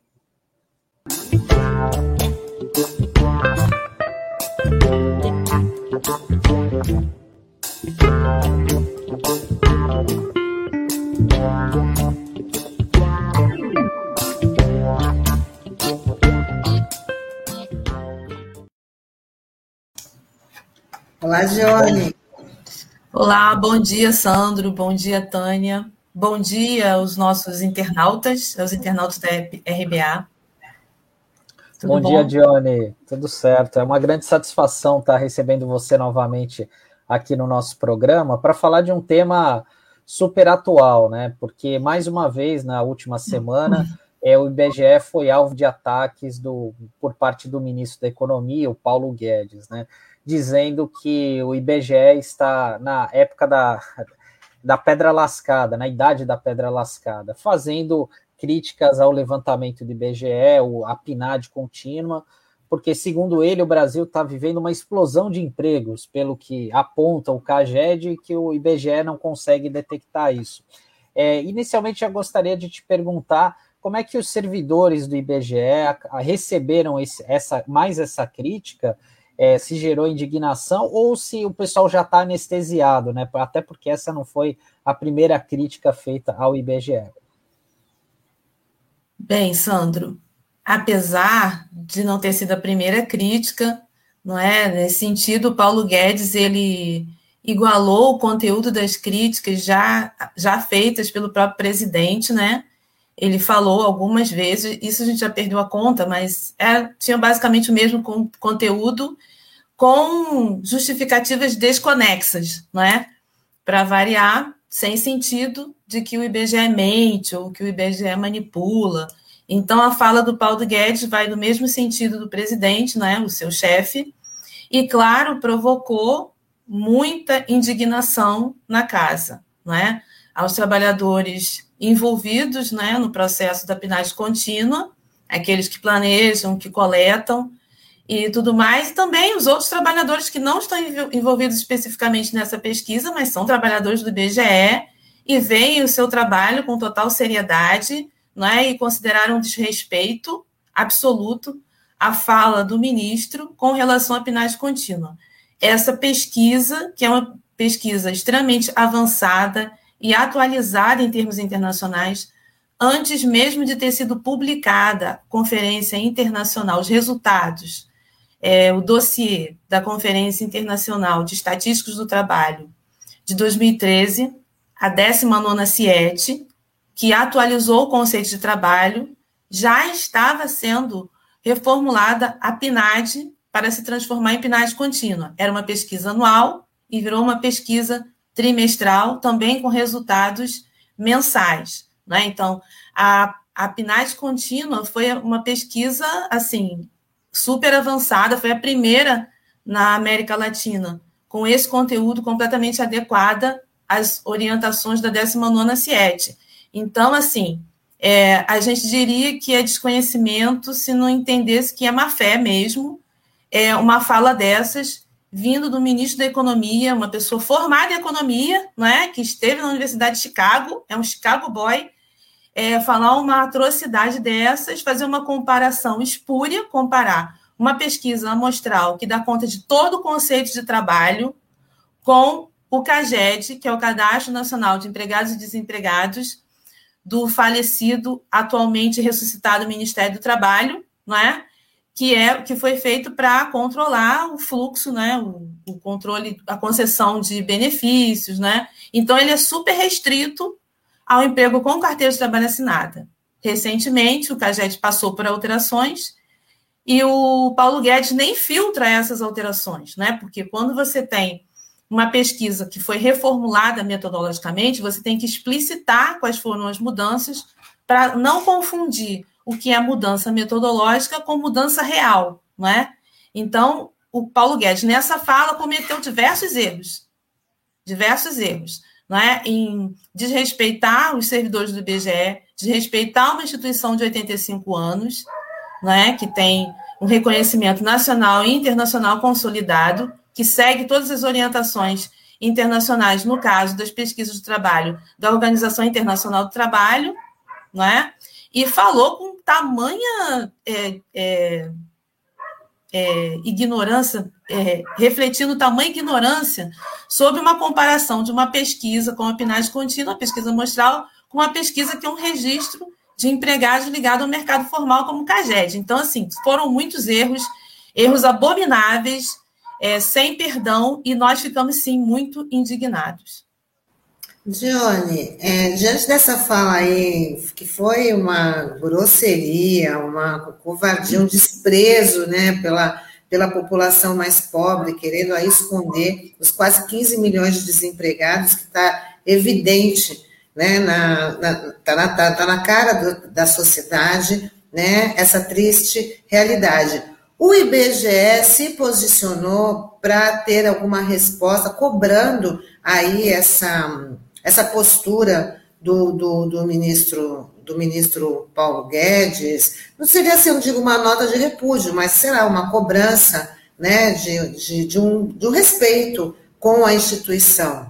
Olá, Dione. Olá, bom dia, Sandro, bom dia, Tânia, bom dia aos nossos internautas, aos internautas da R B A. Tudo bom, bom dia, Dione, tudo certo, é uma grande satisfação estar recebendo você novamente aqui no nosso programa para falar de um tema super atual, né, porque mais uma vez, na última semana, é, o I B G E foi alvo de ataques do, por parte do ministro da Economia, o Paulo Guedes, né, dizendo que o I B G E está na época da, da pedra lascada, na idade da pedra lascada, fazendo críticas ao levantamento do I B G E, a P N A D contínua, porque, segundo ele, o Brasil está vivendo uma explosão de empregos, pelo que aponta o CAGED, e que o I B G E não consegue detectar isso. É, inicialmente, eu gostaria de te perguntar como é que os servidores do I B G E a, a receberam esse, essa, mais essa crítica. É, se gerou indignação ou se o pessoal já está anestesiado, né? Até porque essa não foi a primeira crítica feita ao I B G E. Bem, Sandro, apesar de não ter sido a primeira crítica, não é? Nesse sentido, o Paulo Guedes ele igualou o conteúdo das críticas já, já feitas pelo próprio presidente, né? Ele falou algumas vezes, isso a gente já perdeu a conta, mas é, tinha basicamente o mesmo con- conteúdo com justificativas desconexas, não é? Para variar, sem sentido de que o I B G E mente ou que o I B G E manipula. Então, a fala do Paulo Guedes vai no mesmo sentido do presidente, não é? O seu chefe, e, claro, provocou muita indignação na casa, não é? aos trabalhadores envolvidos, né, no processo da P N A D contínua, aqueles que planejam, que coletam e tudo mais, e também os outros trabalhadores que não estão envolvidos especificamente nessa pesquisa, mas são trabalhadores do I B G E e veem o seu trabalho com total seriedade, né, e consideraram um desrespeito absoluto à fala do ministro com relação à P N A D contínua. Essa pesquisa, que é uma pesquisa extremamente avançada e atualizada em termos internacionais, antes mesmo de ter sido publicada a Conferência Internacional, os resultados, é, o dossiê da Conferência Internacional de Estatísticos do Trabalho de dois mil e treze, a décima nona CIET, que atualizou o conceito de trabalho, já estava sendo reformulada a P N A D para se transformar em P N A D contínua. Era uma pesquisa anual e virou uma pesquisa trimestral, também com resultados mensais, né? Então, a, a P N A D contínua foi uma pesquisa, assim, super avançada, foi a primeira na América Latina, com esse conteúdo completamente adequada às orientações da décima nona CIET. Então, assim, é, a gente diria que é desconhecimento se não entendesse que é má fé mesmo, é uma fala dessas, vindo do ministro da Economia, uma pessoa formada em Economia, né, que esteve na Universidade de Chicago, é um Chicago boy, é, falar uma atrocidade dessas, fazer uma comparação espúria, comparar uma pesquisa amostral que dá conta de todo o conceito de trabalho com o CAGED, que é o Cadastro Nacional de Empregados e Desempregados, do falecido, atualmente ressuscitado Ministério do Trabalho, não é? que, é, que foi feito para controlar o fluxo, né, o, o controle, a concessão de benefícios, né? Então, ele é super restrito ao emprego com carteira de trabalho assinada. Recentemente, o CAGED passou por alterações e o Paulo Guedes nem filtra essas alterações, né? Porque quando você tem uma pesquisa que foi reformulada metodologicamente, você tem que explicitar quais foram as mudanças para não confundir o que é mudança metodológica com mudança real, não é? Então, o Paulo Guedes, nessa fala, cometeu diversos erros, diversos erros, não é? Em desrespeitar os servidores do I B G E, desrespeitar uma instituição de oitenta e cinco anos, não é? Que tem um reconhecimento nacional e internacional consolidado, que segue todas as orientações internacionais, no caso das pesquisas de trabalho da Organização Internacional do Trabalho, não é? E falou com tamanha é, é, é, ignorância, é, refletindo tamanha ignorância sobre uma comparação de uma pesquisa com a P N A D contínua, a pesquisa amostral, com uma pesquisa que é um registro de empregados ligado ao mercado formal como o CAGED. Então, assim, foram muitos erros, erros abomináveis, é, sem perdão, e nós ficamos, sim, muito indignados. Dione, é, diante dessa fala aí, que foi uma grosseria, uma covardia, um desprezo, né, pela, pela população mais pobre, querendo aí esconder os quase quinze milhões de desempregados, que está evidente, né, na, na, tá, na, tá, tá na cara do, da sociedade, né, essa triste realidade. O I B G E se posicionou para ter alguma resposta, cobrando aí essa... essa postura do, do, do, ministro, do ministro Paulo Guedes, não seria assim, eu digo, uma nota de repúdio, mas será uma cobrança, né, de, de, de, um, de um respeito com a instituição.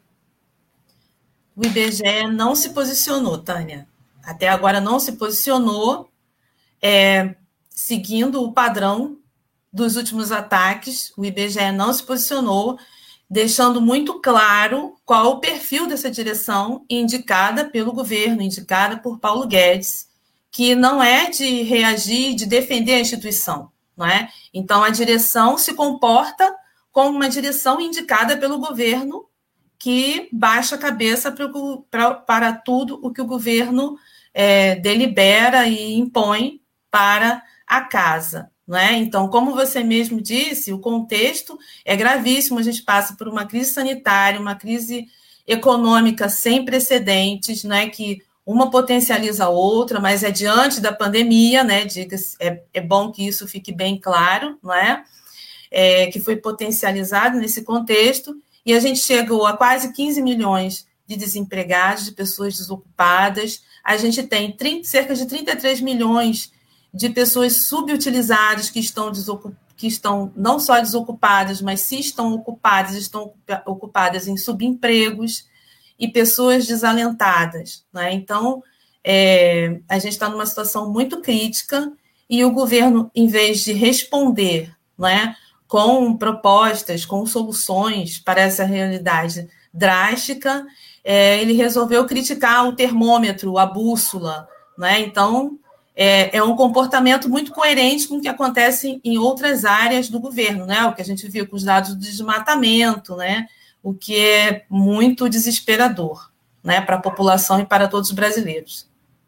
O I B G E não se posicionou, Tânia. Até agora não se posicionou, é, seguindo o padrão dos últimos ataques. O I B G E não se posicionou, deixando muito claro qual o perfil dessa direção indicada pelo governo, indicada por Paulo Guedes, que não é de reagir, de defender a instituição, não é? Então, a direção se comporta como uma direção indicada pelo governo, que baixa a cabeça para, para, para tudo o que o governo é, delibera e impõe para a casa. Não é? Então, como você mesmo disse, o contexto é gravíssimo, a gente passa por uma crise sanitária, uma crise econômica sem precedentes, não é? Que uma potencializa a outra, mas é diante da pandemia, né? Diga-se, é, é bom que isso fique bem claro, não é? É, que foi potencializado nesse contexto, e a gente chegou a quase quinze milhões de desempregados, de pessoas desocupadas. A gente tem trinta, cerca de trinta e três milhões de pessoas subutilizadas que estão, desocup... que estão não só desocupadas, mas se estão ocupadas, estão ocupadas em subempregos e pessoas desalentadas, né? Então, é, a gente está numa situação muito crítica e o governo, em vez de responder, né, com propostas, com soluções para essa realidade drástica, é, ele resolveu criticar o termômetro, a bússola, né? Então, é, é um comportamento muito coerente com o que acontece em outras áreas do governo, né? O que a gente viu com os dados do desmatamento, né? O que é muito desesperador, né, para a população e para todos os brasileiros.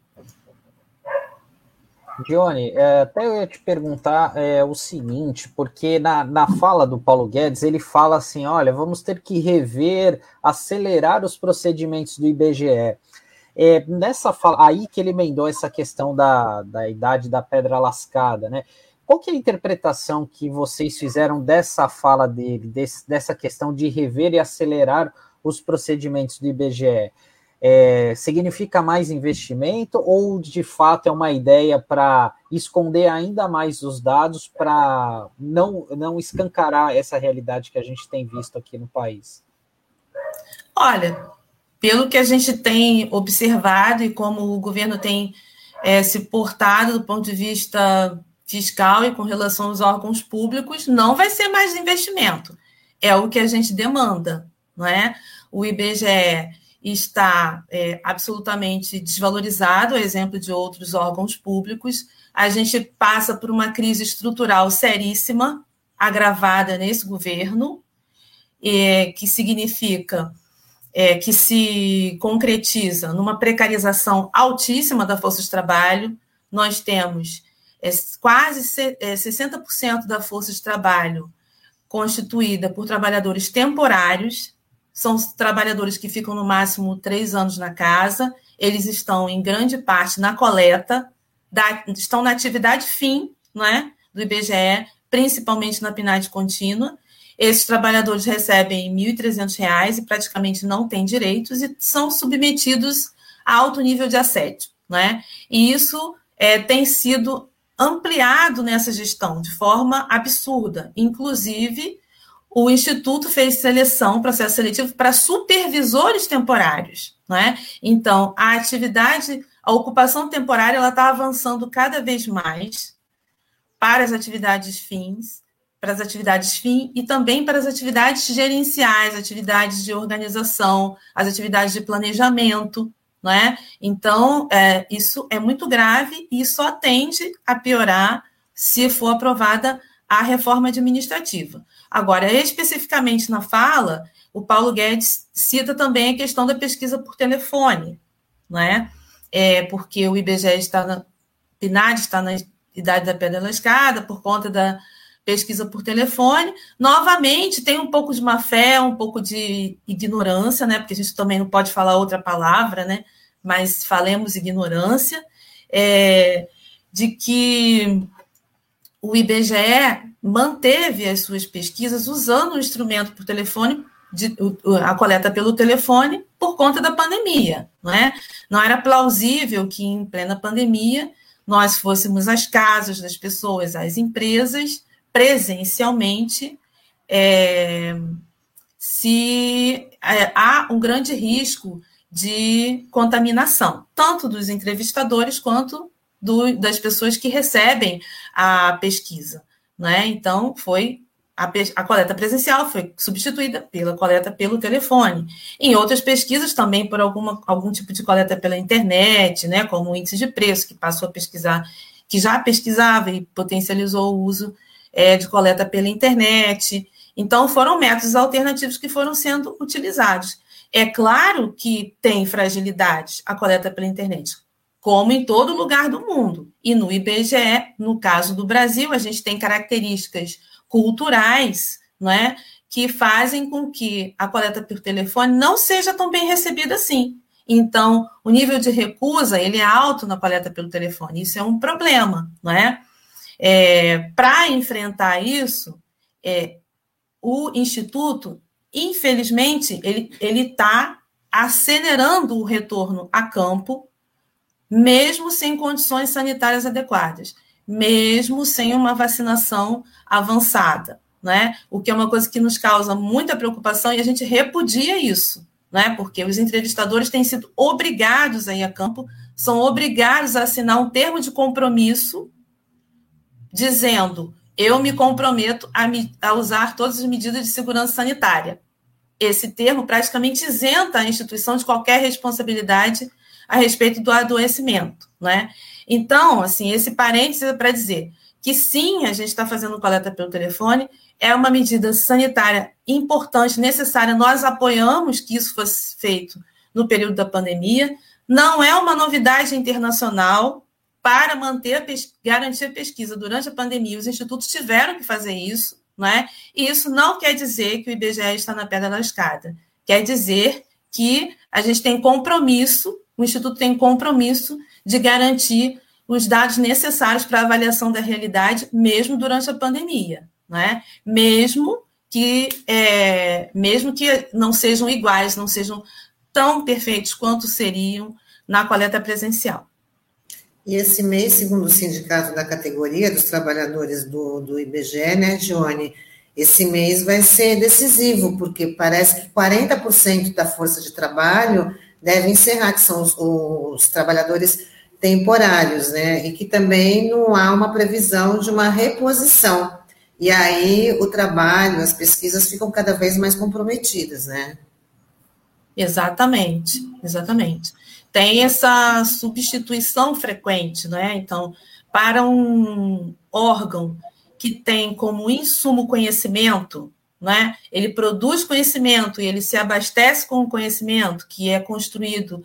Johnny, é, até eu ia te perguntar é, o seguinte, porque na, na fala do Paulo Guedes, ele fala assim, olha, vamos ter que rever, acelerar os procedimentos do I B G E. É, nessa fala, aí que ele emendou essa questão da, da idade da pedra lascada, né? Qual que é a interpretação que vocês fizeram dessa fala dele, desse, dessa questão de rever e acelerar os procedimentos do I B G E? É, significa mais investimento ou, de fato, é uma ideia para esconder ainda mais os dados para não, não escancarar essa realidade que a gente tem visto aqui no país? Olha, pelo que a gente tem observado e como o governo tem é, se portado do ponto de vista fiscal e com relação aos órgãos públicos, não vai ser mais investimento. É o que a gente demanda, não é? O I B G E está é, absolutamente desvalorizado, a exemplo de outros órgãos públicos. A gente passa por uma crise estrutural seríssima, agravada nesse governo, é, que significa é, que se concretiza numa precarização altíssima da força de trabalho. Nós temos é, quase sessenta por cento da força de trabalho constituída por trabalhadores temporários. São trabalhadores que ficam no máximo três anos na casa, eles estão em grande parte na coleta, da, estão na atividade fim, não é, do I B G E, principalmente na P N A D contínua. Esses trabalhadores recebem mil e trezentos reais e praticamente não têm direitos e são submetidos a alto nível de assédio, não é? E isso é, tem sido ampliado nessa gestão de forma absurda, inclusive. O Instituto fez seleção, processo seletivo para supervisores temporários, não é? Então, a atividade, a ocupação temporária, ela está avançando cada vez mais para as atividades fins, para as atividades fim e também para as atividades gerenciais, atividades de organização, as atividades de planejamento, não é? Então, é, isso é muito grave e só tende a piorar se for aprovada a reforma administrativa. Agora, especificamente na fala, o Paulo Guedes cita também a questão da pesquisa por telefone, não é? É porque o I B G E está na, P N A D está na idade da pedra lascada por conta da pesquisa por telefone. Novamente, tem um pouco de má fé, um pouco de ignorância, né? Porque a gente também não pode falar outra palavra, né? Mas falemos ignorância, é, de que o I B G E manteve as suas pesquisas usando o instrumento por telefone, de, a coleta pelo telefone, por conta da pandemia, não é? Não era plausível que, em plena pandemia, nós fôssemos às casas das pessoas, às empresas, presencialmente, é, se é, há um grande risco de contaminação, tanto dos entrevistadores quanto do, das pessoas que recebem a pesquisa, né? Então, foi a, a coleta presencial foi substituída pela coleta pelo telefone. Em outras pesquisas, também por alguma, algum tipo de coleta pela internet, né? Como o índice de preço, que passou a pesquisar, que já pesquisava e potencializou o uso é, de coleta pela internet. Então, foram métodos alternativos que foram sendo utilizados. É claro que tem fragilidades a coleta pela internet, como em todo lugar do mundo. E no I B G E, no caso do Brasil, a gente tem características culturais, não é, que fazem com que a coleta por telefone não seja tão bem recebida assim. Então, o nível de recusa, ele é alto na coleta pelo telefone. Isso é um problema, não é? É, para enfrentar isso, é, o Instituto, infelizmente, ele ele está acelerando o retorno a campo, mesmo sem condições sanitárias adequadas, mesmo sem uma vacinação avançada, né? O que é uma coisa que nos causa muita preocupação e a gente repudia isso, né? Porque os entrevistadores têm sido obrigados a ir a campo, são obrigados a assinar um termo de compromisso dizendo: eu me comprometo a, me, a usar todas as medidas de segurança sanitária. Esse termo praticamente isenta a instituição de qualquer responsabilidade a respeito do adoecimento, né? Então, assim, esse parênteses é para dizer que sim, a gente está fazendo coleta pelo telefone, é uma medida sanitária importante, necessária, nós apoiamos que isso fosse feito no período da pandemia, não é uma novidade internacional. Para manter a pes- garantir a pesquisa durante a pandemia, os institutos tiveram que fazer isso, não é? E isso não quer dizer que o I B G E está na pedra da escada. Quer dizer que a gente tem compromisso, o Instituto tem compromisso de garantir os dados necessários para a avaliação da realidade, mesmo durante a pandemia, não é? Mesmo que, é, mesmo que não sejam iguais, não sejam tão perfeitos quanto seriam na coleta presencial. E esse mês, segundo o sindicato da categoria dos trabalhadores do, do I B G E, né, Dione, esse mês vai ser decisivo, porque parece que quarenta por cento da força de trabalho deve encerrar, que são os, os trabalhadores temporários, né, e que também não há uma previsão de uma reposição. E aí o trabalho, as pesquisas ficam cada vez mais comprometidas, né? Exatamente, exatamente. Tem essa substituição frequente, né? Então, para um órgão que tem como insumo conhecimento, né? Ele produz conhecimento e ele se abastece com o conhecimento que é construído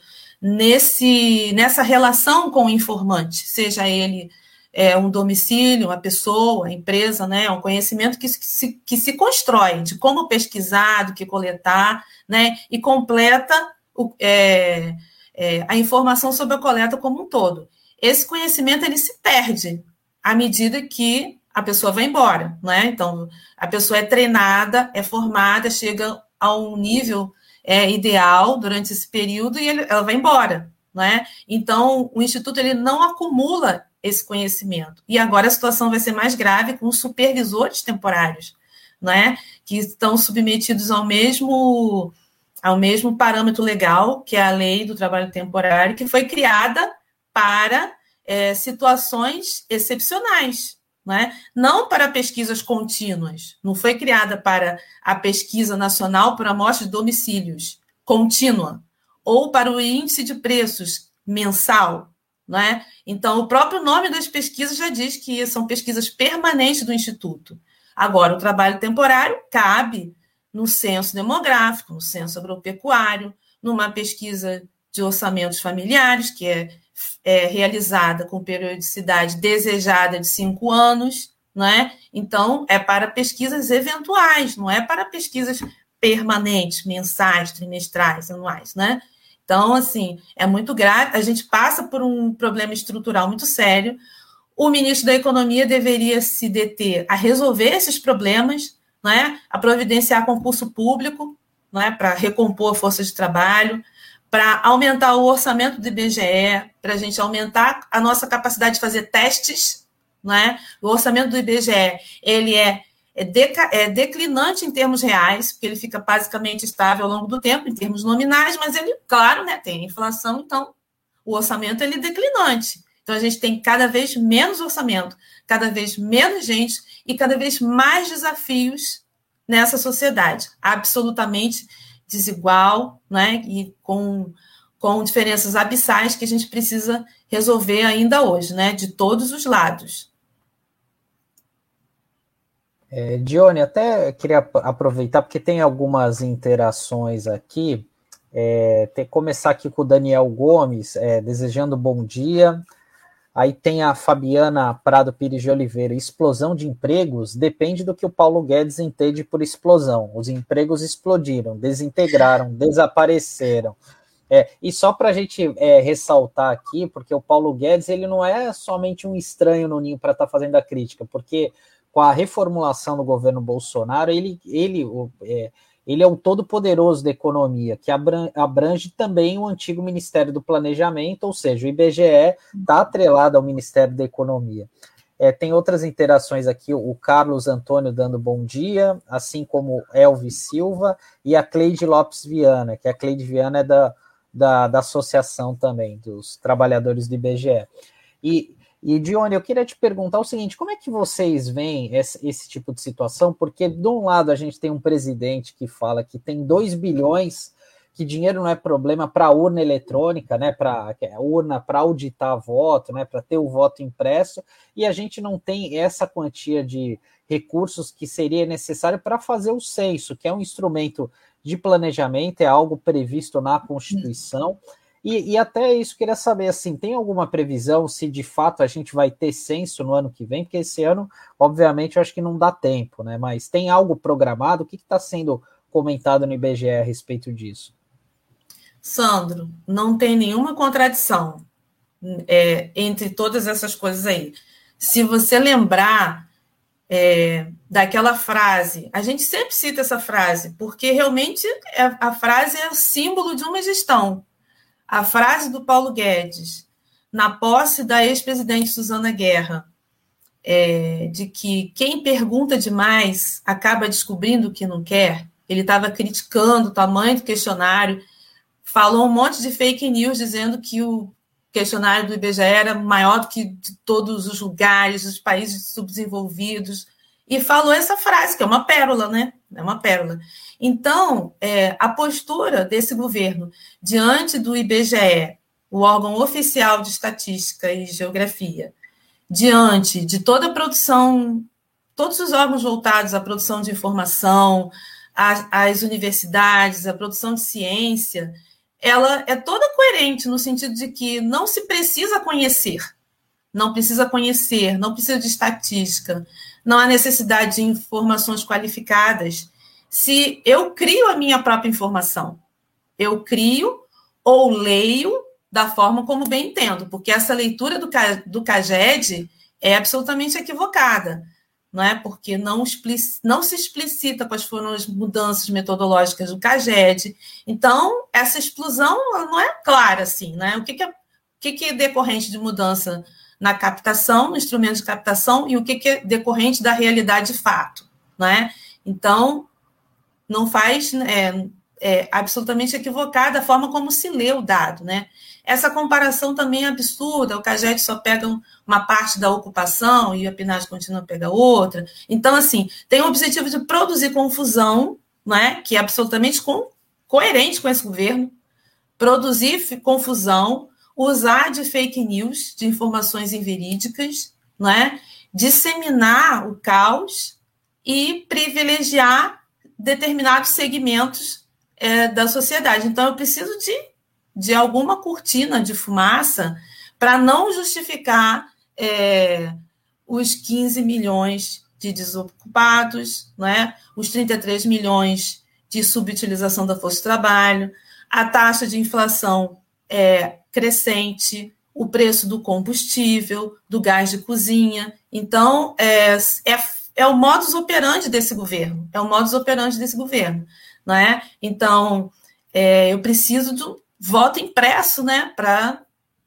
nesse, nessa relação com o informante, seja ele é, um domicílio, uma pessoa, uma empresa, né? Um conhecimento que se, que se constrói de como pesquisar, do que coletar, né? E completa o... É, É, a informação sobre a coleta como um todo. Esse conhecimento ele se perde à medida que a pessoa vai embora, né? Então, a pessoa é treinada, é formada, chega a um nível é, ideal durante esse período e ele, ela vai embora, né? Então, o Instituto ele não acumula esse conhecimento. E agora a situação vai ser mais grave com os supervisores temporários, né? Que estão submetidos ao mesmo... ao mesmo parâmetro legal, que é a lei do trabalho temporário, que foi criada para é, situações excepcionais, né? Não para pesquisas contínuas, não foi criada para a pesquisa nacional por amostra de domicílios contínua, ou para o índice de preços mensal, né? Então, o próprio nome das pesquisas já diz que são pesquisas permanentes do Instituto. Agora, o trabalho temporário cabe no censo demográfico, no censo agropecuário, numa pesquisa de orçamentos familiares, que é, é realizada com periodicidade desejada de cinco anos, não é? Então, é para pesquisas eventuais, não é para pesquisas permanentes, mensais, trimestrais, anuais, né? Então, assim, é muito grave, a gente passa por um problema estrutural muito sério. O ministro da Economia deveria se deter a resolver esses problemas, né, a providenciar concurso público, né, para recompor a força de trabalho, para aumentar o orçamento do I B G E, para a gente aumentar a nossa capacidade de fazer testes, né? O orçamento do I B G E ele é, é, deca, é declinante em termos reais, porque ele fica basicamente estável ao longo do tempo, em termos nominais, mas ele, claro, né, tem inflação, então o orçamento ele é declinante. Então, a gente tem cada vez menos orçamento, cada vez menos gente e cada vez mais desafios nessa sociedade, absolutamente desigual, né? E com, com diferenças abissais que a gente precisa resolver ainda hoje, né? De todos os lados. É, Dione, até queria aproveitar, porque tem algumas interações aqui. É, tem, começar aqui com o Daniel Gomes, é, desejando bom dia. Aí tem a Fabiana Prado Pires de Oliveira. Explosão de empregos depende do que o Paulo Guedes entende por explosão. Os empregos explodiram, desintegraram, desapareceram. É, e só para a gente é, ressaltar aqui, porque o Paulo Guedes ele não é somente um estranho no ninho para estar tá fazendo a crítica, porque com a reformulação do governo Bolsonaro, ele, ele, é, ele é o todo-poderoso da economia, que abrange também o antigo Ministério do Planejamento, ou seja, o I B G E está atrelado ao Ministério da Economia. É, tem outras interações aqui, o Carlos Antônio dando bom dia, assim como Elvis Silva e a Cleide Lopes Viana, que a Cleide Viana é da, da, da associação também, dos trabalhadores do I B G E. E, e Dione, eu queria te perguntar o seguinte, como é que vocês veem esse, esse tipo de situação? Porque, de um lado, a gente tem um presidente que fala que tem dois bilhões, que dinheiro não é problema para a urna eletrônica, né, para urna para auditar voto, né, para ter o voto impresso, e a gente não tem essa quantia de recursos que seria necessário para fazer o censo, que é um instrumento de planejamento, é algo previsto na Constituição. E, e até isso, queria saber, assim, tem alguma previsão se de fato a gente vai ter censo no ano que vem? Porque esse ano, obviamente, eu acho que não dá tempo, né? Mas tem algo programado? O que está sendo comentado no I B G E a respeito disso? Sandro, não tem nenhuma contradição é, entre todas essas coisas aí. Se você lembrar é, daquela frase, a gente sempre cita essa frase, porque realmente é, a frase é o símbolo de uma gestão. A frase do Paulo Guedes, na posse da ex-presidente Susana Guerra, é, de que quem pergunta demais acaba descobrindo o que não quer. Ele estava criticando o tamanho do questionário, falou um monte de fake news dizendo que o questionário do I B G E era maior do que de todos os lugares, dos países subdesenvolvidos, e falou essa frase, que é uma pérola, né? É uma pérola. Então, é, a postura desse governo diante do I B G E, o órgão oficial de estatística e geografia, diante de toda a produção, todos os órgãos voltados à produção de informação, às, às universidades, à produção de ciência, ela é toda coerente no sentido de que não se precisa conhecer, não precisa conhecer, não precisa de estatística, não há necessidade de informações qualificadas. Se eu crio a minha própria informação, eu crio ou leio da forma como bem entendo, porque essa leitura do, do CAGED é absolutamente equivocada, não é? Porque não, explic, não se explicita quais foram as mudanças metodológicas do CAGED. Então, essa explosão não é clara, assim, né? O que, que, é, o que, que é decorrente de mudança na captação, no instrumento de captação, e o que, que é decorrente da realidade de fato, né? Então, não faz... É, é absolutamente equivocada a forma como se lê o dado, né? Essa comparação também é absurda, o CAGED só pega uma parte da ocupação e a PNAD continua a pegar outra. Então, assim, tem o objetivo de produzir confusão, né, que é absolutamente co- coerente com esse governo, produzir f- confusão, usar de fake news, de informações inverídicas, né, disseminar o caos e privilegiar determinados segmentos é, da sociedade. Então, eu preciso de, de alguma cortina de fumaça para não justificar é, os quinze milhões de desocupados, né? Os trinta e três milhões de subutilização da força de trabalho, a taxa de inflação é, crescente, o preço do combustível, do gás de cozinha. Então, é, é, é o modus operandi desse governo, é o modus operandi desse governo. Não é? Então, é, eu preciso do voto impresso, né, para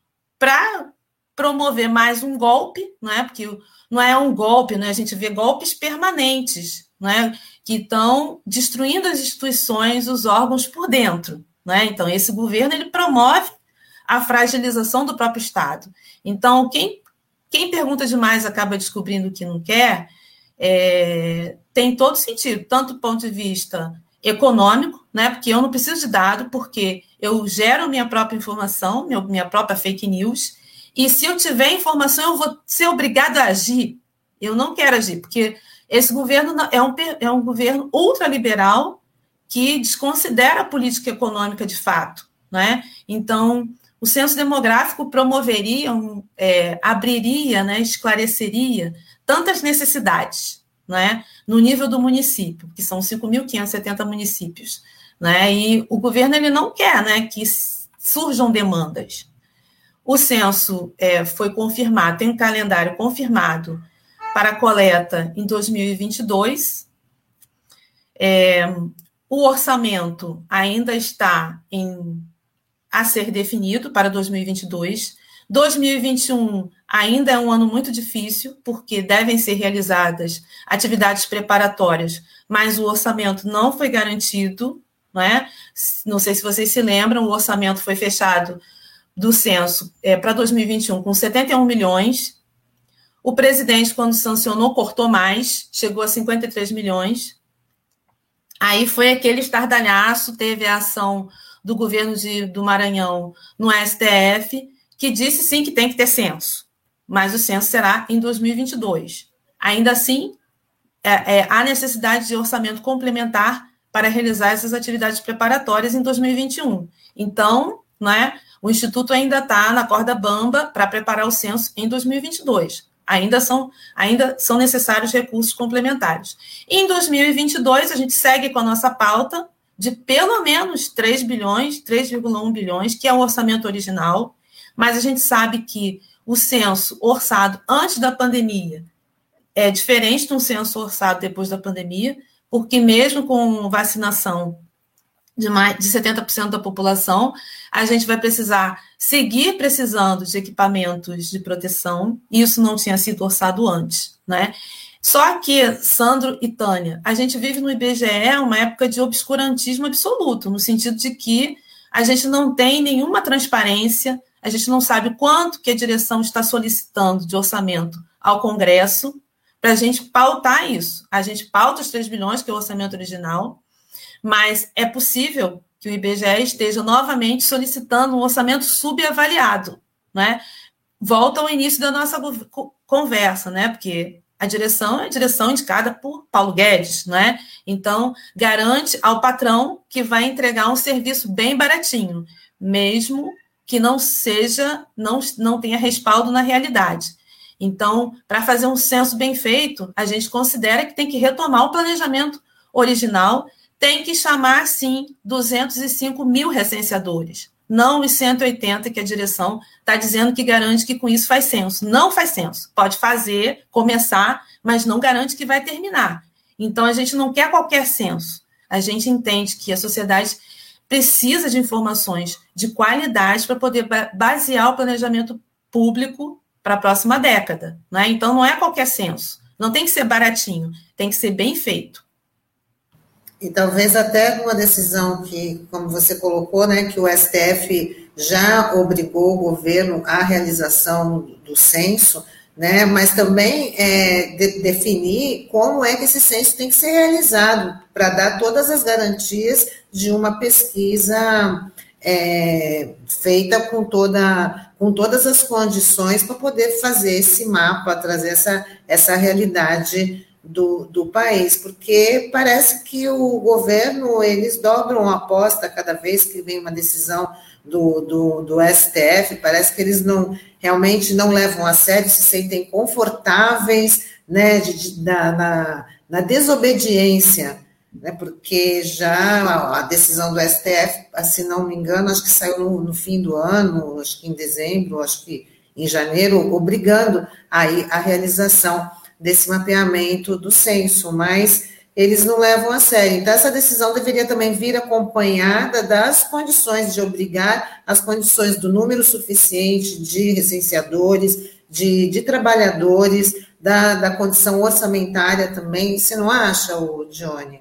promover mais um golpe, não é? Porque não é um golpe, né? A gente vê golpes permanentes, não é? Que estão destruindo as instituições, os órgãos por dentro. Não é? Então, esse governo ele promove a fragilização do próprio Estado. Então, quem, quem pergunta demais acaba descobrindo o que não quer, é, tem todo sentido, tanto do ponto de vista econômico, né? Porque eu não preciso de dado, porque eu gero minha própria informação, minha própria fake news, e se eu tiver informação, eu vou ser obrigada a agir. Eu não quero agir, porque esse governo é um, é um governo ultraliberal que desconsidera a política econômica de fato, né? Então, o censo demográfico promoveria, é, abriria, né, esclareceria tantas necessidades, né, no nível do município, que são cinco mil quinhentos e setenta municípios, né, e o governo ele não quer, né, que surjam demandas. O censo é, foi confirmado, tem um calendário confirmado para a coleta em dois mil e vinte e dois. É, O orçamento ainda está em, a ser definido para dois mil e vinte e dois. dois mil e vinte e um ainda é um ano muito difícil, porque devem ser realizadas atividades preparatórias, mas o orçamento não foi garantido, não é? Não sei se vocês se lembram, o orçamento foi fechado do censo é, para dois mil e vinte e um com setenta e um milhões. O presidente, quando sancionou, cortou mais, chegou a cinquenta e três milhões. Aí foi aquele estardalhaço, teve a ação do governo de, do Maranhão no S T F, que disse sim que tem que ter censo, mas o censo será em dois mil e vinte e dois. Ainda assim, é, é, há necessidade de orçamento complementar para realizar essas atividades preparatórias em dois mil e vinte e um. Então, né, o Instituto ainda está na corda bamba para preparar o censo em dois mil e vinte e dois. Ainda são, ainda são necessários recursos complementares. E em dois mil e vinte e dois, a gente segue com a nossa pauta de pelo menos três bilhões, três vírgula um bilhões, que é o orçamento original, mas a gente sabe que o censo orçado antes da pandemia é diferente de um censo orçado depois da pandemia, porque mesmo com vacinação de mais de setenta por cento da população, a gente vai precisar seguir precisando de equipamentos de proteção, e isso não tinha sido orçado antes, né? Só que, Sandro e Tânia, a gente vive no I B G E uma época de obscurantismo absoluto, no sentido de que a gente não tem nenhuma transparência, a gente não sabe quanto que a direção está solicitando de orçamento ao Congresso para a gente pautar isso. A gente pauta os três bilhões, que é o orçamento original, mas é possível que o I B G E esteja novamente solicitando um orçamento subavaliado, né? Volta ao início da nossa conversa, né? Porque a direção é a direção indicada por Paulo Guedes, né? Então, garante ao patrão que vai entregar um serviço bem baratinho, mesmo que não seja, não, não tenha respaldo na realidade. Então, para fazer um censo bem feito, a gente considera que tem que retomar o planejamento original, tem que chamar, sim, duzentos e cinco mil recenseadores, não os cento e oitenta que a direção está dizendo que garante que com isso faz censo. Não faz censo. Pode fazer, começar, mas não garante que vai terminar. Então, a gente não quer qualquer censo. A gente entende que a sociedade precisa de informações de qualidade para poder basear o planejamento público para a próxima década, né? Então, não é qualquer censo. Não tem que ser baratinho, tem que ser bem feito. E talvez até uma decisão que, como você colocou, né, que o S T F já obrigou o governo à realização do censo, né, mas também é, de, definir como é que esse censo tem que ser realizado, para dar todas as garantias de uma pesquisa é, feita com, toda, com todas as condições para poder fazer esse mapa, trazer essa, essa realidade Do, do país, porque parece que o governo, eles dobram a aposta cada vez que vem uma decisão do, do, do S T F, parece que eles não, realmente não levam a sério, se sentem confortáveis, né, de, de, na, na, na desobediência, né, porque já a, a decisão do S T F, se não me engano, acho que saiu no, no fim do ano, acho que em dezembro, acho que em janeiro, obrigando aí a realização desse mapeamento do censo, mas eles não levam a sério. Então, essa decisão deveria também vir acompanhada das condições de obrigar as condições do número suficiente de recenseadores, de, de trabalhadores, da, da condição orçamentária também. Você não acha, o Johnny?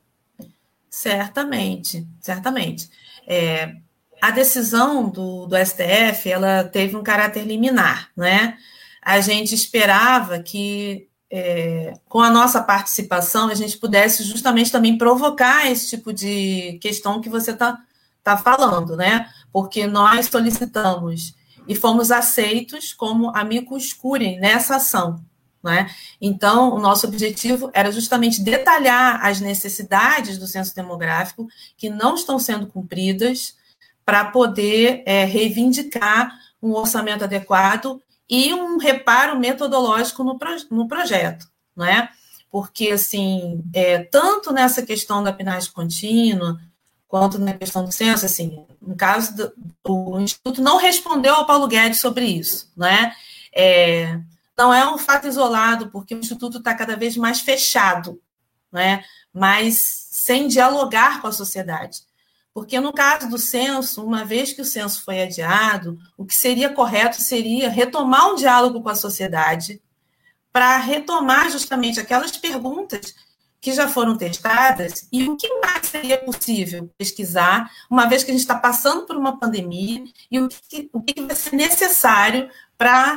Certamente, certamente. É, a decisão do, do S T F, ela teve um caráter liminar, né? A gente esperava que, é, com a nossa participação, a gente pudesse justamente também provocar esse tipo de questão que você está tá falando, né? Porque nós solicitamos e fomos aceitos como amicus curiae nessa ação, né? Então, o nosso objetivo era justamente detalhar as necessidades do censo demográfico que não estão sendo cumpridas para poder é, reivindicar um orçamento adequado e um reparo metodológico no, pro, no projeto, não é? Porque, assim, é, tanto nessa questão da pinagem contínua, quanto na questão do censo, assim, no caso, do, o Instituto não respondeu ao Paulo Guedes sobre isso, não é? É, não é um fato isolado, porque o Instituto está cada vez mais fechado, não é? Mas sem dialogar com a sociedade. Porque no caso do censo, uma vez que o censo foi adiado, o que seria correto seria retomar um diálogo com a sociedade para retomar justamente aquelas perguntas que já foram testadas e o que mais seria possível pesquisar, uma vez que a gente está passando por uma pandemia, e o que, o que vai ser necessário para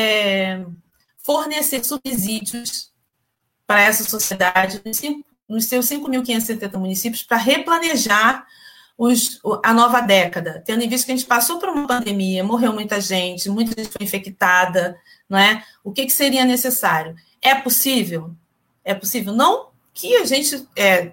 é, fornecer subsídios para essa sociedade nos, cinco, nos seus cinco mil quinhentos e setenta municípios para replanejar os, a nova década, tendo em vista que a gente passou por uma pandemia, morreu muita gente, muita gente foi infectada, não é? O que, que seria necessário? É possível? É possível? Não que a gente é,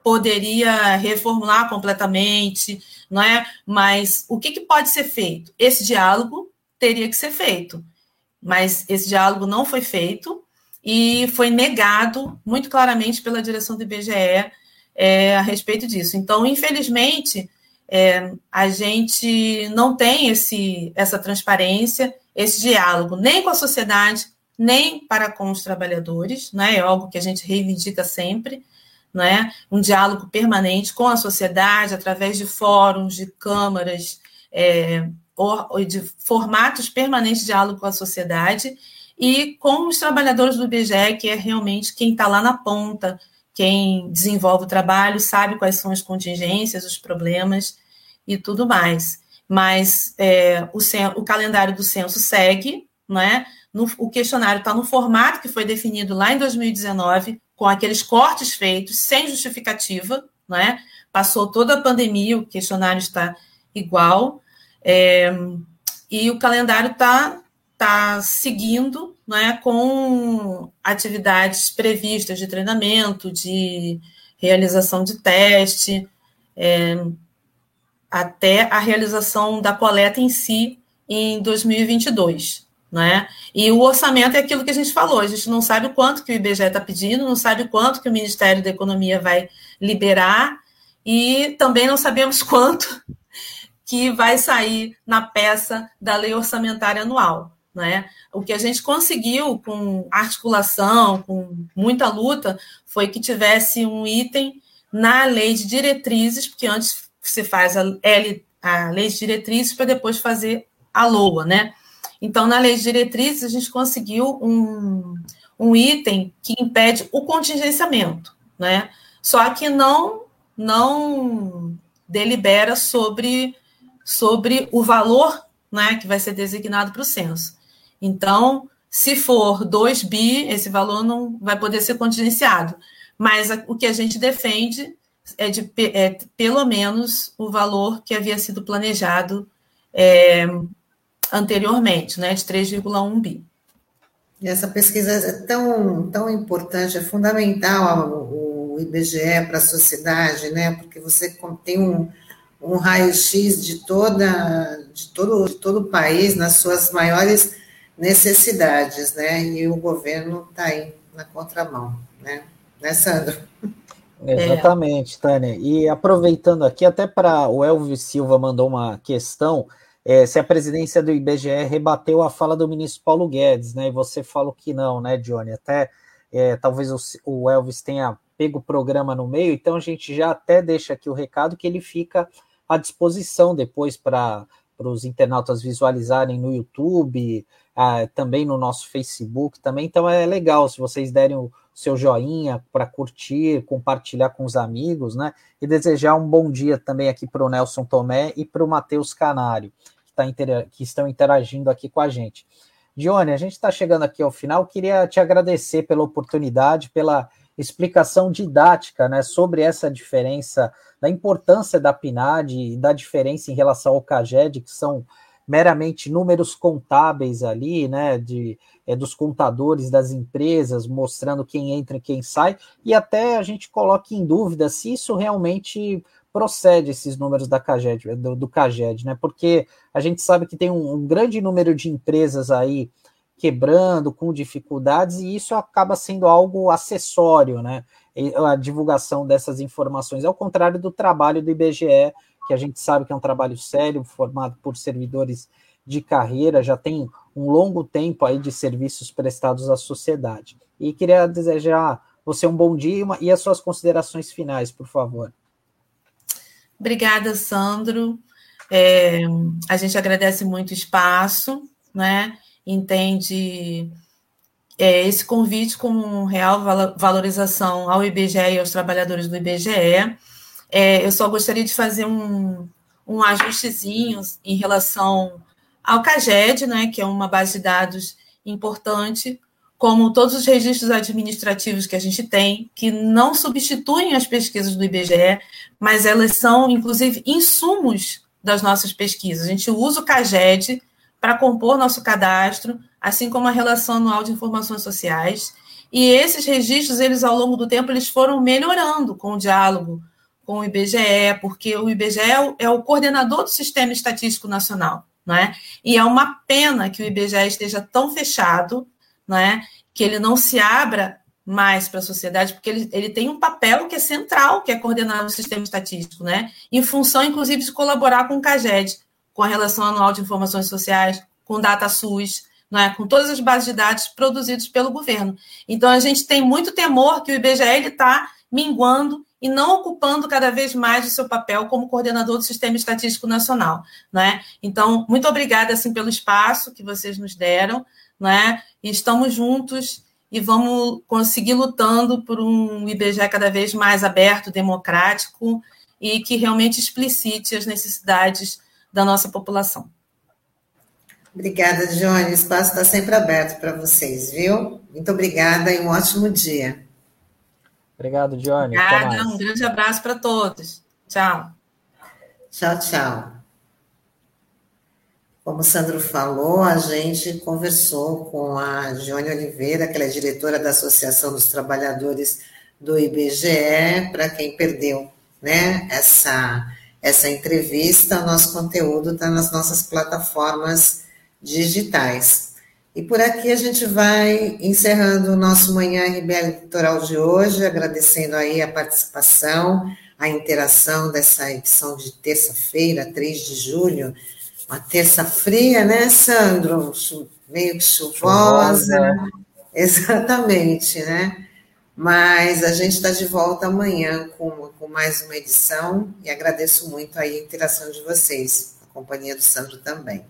poderia reformular completamente, não é? Mas o que, que pode ser feito? Esse diálogo teria que ser feito, mas esse diálogo não foi feito e foi negado muito claramente pela direção do I B G E é, a respeito disso. Então, infelizmente, é, a gente não tem esse, essa transparência, esse diálogo, nem com a sociedade, nem para com os trabalhadores, né? É algo que a gente reivindica sempre, né? Um diálogo permanente com a sociedade, através de fóruns, de câmaras, é, ou de formatos permanentes de diálogo com a sociedade, e com os trabalhadores do I B G E, que é realmente quem está lá na ponta, quem desenvolve o trabalho, sabe quais são as contingências, os problemas e tudo mais. Mas é, o, o calendário do censo segue, não é? No, o questionário está no formato que foi definido lá em dois mil e dezenove, com aqueles cortes feitos, sem justificativa, não é? Passou toda a pandemia, o questionário está igual, é, e o calendário está tá seguindo, não é? Com atividades previstas de treinamento, de realização de teste, é, até a realização da coleta em si em dois mil e vinte e dois. Né? E o orçamento é aquilo que a gente falou, a gente não sabe o quanto que o I B G E está pedindo, não sabe o quanto que o Ministério da Economia vai liberar, e também não sabemos quanto que vai sair na peça da lei orçamentária anual. Né? O que a gente conseguiu com articulação, com muita luta, foi que tivesse um item na lei de diretrizes, porque antes se faz a, L, a lei de diretrizes para depois fazer a LOA, né? Então, na lei de diretrizes, a gente conseguiu um, um item que impede o contingenciamento, né? Só que não, não delibera sobre, sobre o valor, né, que vai ser designado para o censo. Então, se for dois bi, esse valor não vai poder ser contingenciado. Mas a, o que a gente defende é, de, é pelo menos o valor que havia sido planejado é, anteriormente, né, de três vírgula um bi. E essa pesquisa é tão, tão importante, é fundamental o, o I B G E para a sociedade, né, porque você tem um, um raio-x de, toda, de, todo, de todo o país nas suas maiores necessidades, né, e o governo está aí na contramão, né, né, Sandro? Exatamente, Tânia. E aproveitando aqui, até para o Elvis Silva mandou uma questão, É, se a presidência do I B G E rebateu a fala do ministro Paulo Guedes, né? E você falou que não, né, Johnny? Até é, talvez o, o Elvis tenha pego o programa no meio, então a gente já até deixa aqui o recado que ele fica à disposição depois para os internautas visualizarem no YouTube, ah, também no nosso Facebook também. Então é legal se vocês derem o seu joinha para curtir, compartilhar com os amigos, né? E desejar um bom dia também aqui para o Nelson Tomé e para o Matheus Canário, que, tá inter... que estão interagindo aqui com a gente. Dione, a gente está chegando aqui ao final, queria te agradecer pela oportunidade, pela explicação didática, né, sobre essa diferença, da importância da P N A D e da diferença em relação ao CAGED, que são meramente números contábeis ali, né, de, é, dos contadores das empresas, mostrando quem entra e quem sai, e até a gente coloca em dúvida se isso realmente procede, esses números da CAGED, do, do CAGED, né, porque a gente sabe que tem um, um grande número de empresas aí quebrando, com dificuldades, e isso acaba sendo algo acessório, né, a divulgação dessas informações, ao contrário do trabalho do I B G E, que a gente sabe que é um trabalho sério, formado por servidores de carreira, já tem um longo tempo aí de serviços prestados à sociedade. E queria desejar você um bom dia e as suas considerações finais, por favor. Obrigada, Sandro. É, a gente agradece muito o espaço, né? Entende é, esse convite como real valorização ao I B G E e aos trabalhadores do I B G E. É, eu só gostaria de fazer um, um ajustezinho em relação ao CAGED, né, que é uma base de dados importante, como todos os registros administrativos que a gente tem, que não substituem as pesquisas do I B G E, mas elas são, inclusive, insumos das nossas pesquisas. A gente usa o CAGED para compor nosso cadastro, assim como a Relação Anual de Informações Sociais, e esses registros, eles, ao longo do tempo, eles foram melhorando com o diálogo com o I B G E, porque o I B G E é o coordenador do Sistema Estatístico Nacional, não é? E é uma pena que o I B G E esteja tão fechado, não é? Que ele não se abra mais para a sociedade, porque ele, ele tem um papel que é central, que é coordenar o sistema estatístico, né? Em função, inclusive, de colaborar com o CAGED, com a Relação Anual de Informações Sociais, com o DataSUS, não é? Com todas as bases de dados produzidas pelo governo. Então, a gente tem muito temor que o I B G E está minguando e não ocupando cada vez mais o seu papel como coordenador do Sistema Estatístico Nacional, não é? Então, muito obrigada, assim, pelo espaço que vocês nos deram, não é? E estamos juntos e vamos conseguir lutando por um I B G E cada vez mais aberto, democrático e que realmente explicite as necessidades da nossa população. Obrigada, Johnny. O espaço está sempre aberto para vocês, viu? Muito obrigada e um ótimo dia. Obrigado, Johnny. Obrigada, um grande abraço para todos. Tchau. Tchau, tchau. Como o Sandro falou, a gente conversou com a Johnny Oliveira, que ela é diretora da Associação dos Trabalhadores do I B G E. Para quem perdeu, né, essa, essa entrevista, o nosso conteúdo está nas nossas plataformas digitais. E por aqui a gente vai encerrando o nosso Manhã R B L Litoral de hoje, agradecendo aí a participação, a interação dessa edição de terça-feira, três de julho, uma terça fria, né, Sandro? Meio que chuvosa. chuvosa. Exatamente, né? Mas a gente está de volta amanhã com, com mais uma edição e agradeço muito aí a interação de vocês, a companhia do Sandro também.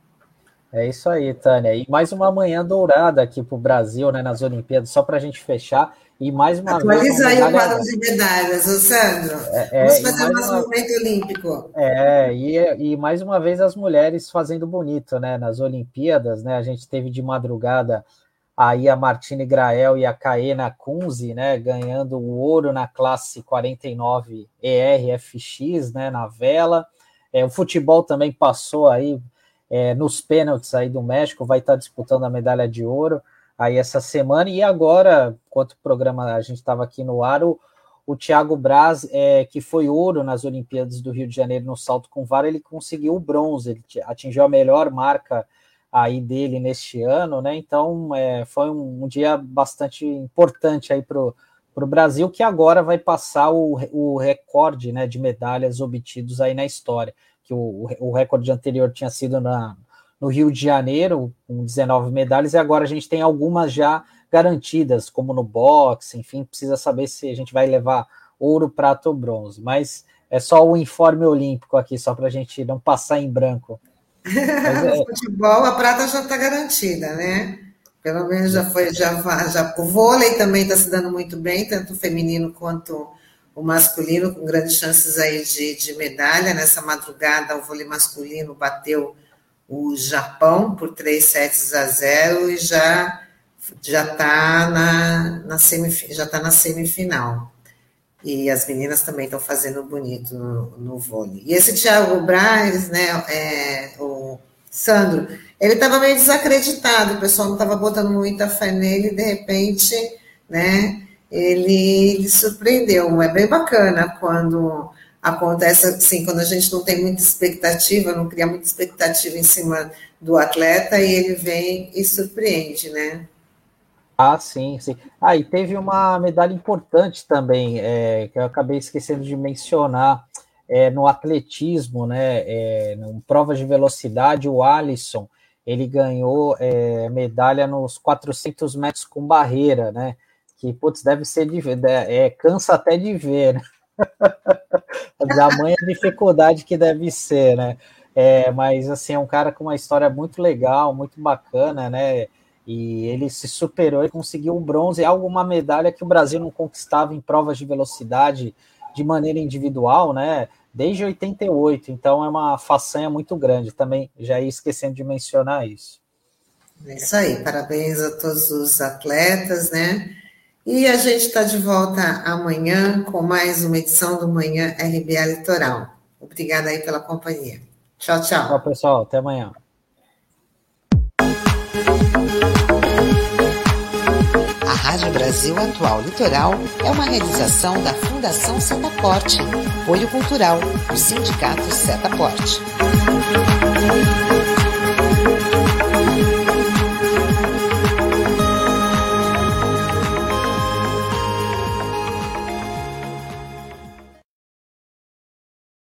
É isso aí, Tânia. E mais uma manhã dourada aqui para o Brasil, né, nas Olimpíadas, só para a gente fechar. E mais uma Atualiza vez. Atualiza aí o quadro de medalhas, ô Sandro. É, é, Vamos fazer o nosso uma... momento olímpico. É, e, e mais uma vez as mulheres fazendo bonito, né? Nas Olimpíadas, né? A gente teve de madrugada aí a Martine Grael e a Kaena Kunze, né? Ganhando o ouro na classe quarenta e nove E R F X, né? Na vela. É, o futebol também passou aí. É, nos pênaltis aí do México, vai estar disputando a medalha de ouro aí essa semana, e agora, enquanto o programa a gente estava aqui no ar, o, o Thiago Braz, é, que foi ouro nas Olimpíadas do Rio de Janeiro no salto com vara, ele conseguiu o bronze, ele atingiu a melhor marca aí dele neste ano, né, então é, foi um, um dia bastante importante aí para o Brasil, que agora vai passar o, o recorde, né, de medalhas obtidos aí na história, que o, o recorde anterior tinha sido na, no Rio de Janeiro, com dezenove medalhas, e agora a gente tem algumas já garantidas, como no boxe, enfim, precisa saber se a gente vai levar ouro, prata ou bronze, mas é só o informe olímpico aqui, só para a gente não passar em branco. Mas, é... No futebol, a prata já está garantida, né? Pelo menos já foi, já, já o vôlei também está se dando muito bem, tanto o feminino quanto o masculino, com grandes chances aí de, de medalha. Nessa madrugada, o vôlei masculino bateu o Japão por três sets a zero e já já está na, na, semif, já tá na semifinal. E as meninas também estão fazendo bonito no, no vôlei. E esse Thiago Braz, né, é, o Sandro, ele estava meio desacreditado, o pessoal não estava botando muita fé nele, e de repente, né, ele, ele surpreendeu. É bem bacana quando acontece assim, quando a gente não tem muita expectativa, não cria muita expectativa em cima do atleta e ele vem e surpreende, né? Ah, sim, sim. Ah, e teve uma medalha importante também, é, que eu acabei esquecendo de mencionar, é, no atletismo, né, é, em provas de velocidade, o Alisson, ele ganhou é, medalha nos quatrocentos metros com barreira, né, que, putz, deve ser de ver, é, cansa até de ver, né? Da manha dificuldade que deve ser, né? É, mas, assim, é um cara com uma história muito legal, muito bacana, né? E ele se superou e conseguiu um bronze, algo, uma medalha que o Brasil não conquistava em provas de velocidade de maneira individual, né? Desde oitenta e oito, então é uma façanha muito grande. Também já ia esquecendo de mencionar isso. É isso aí, parabéns a todos os atletas, né? E a gente está de volta amanhã com mais uma edição do Manhã R B A Litoral. Obrigada aí pela companhia. Tchau, tchau. Tchau, pessoal. Até amanhã. A Rádio Brasil Atual Litoral é uma realização da Fundação Setaporte, apoio cultural do Sindicato Setaporte.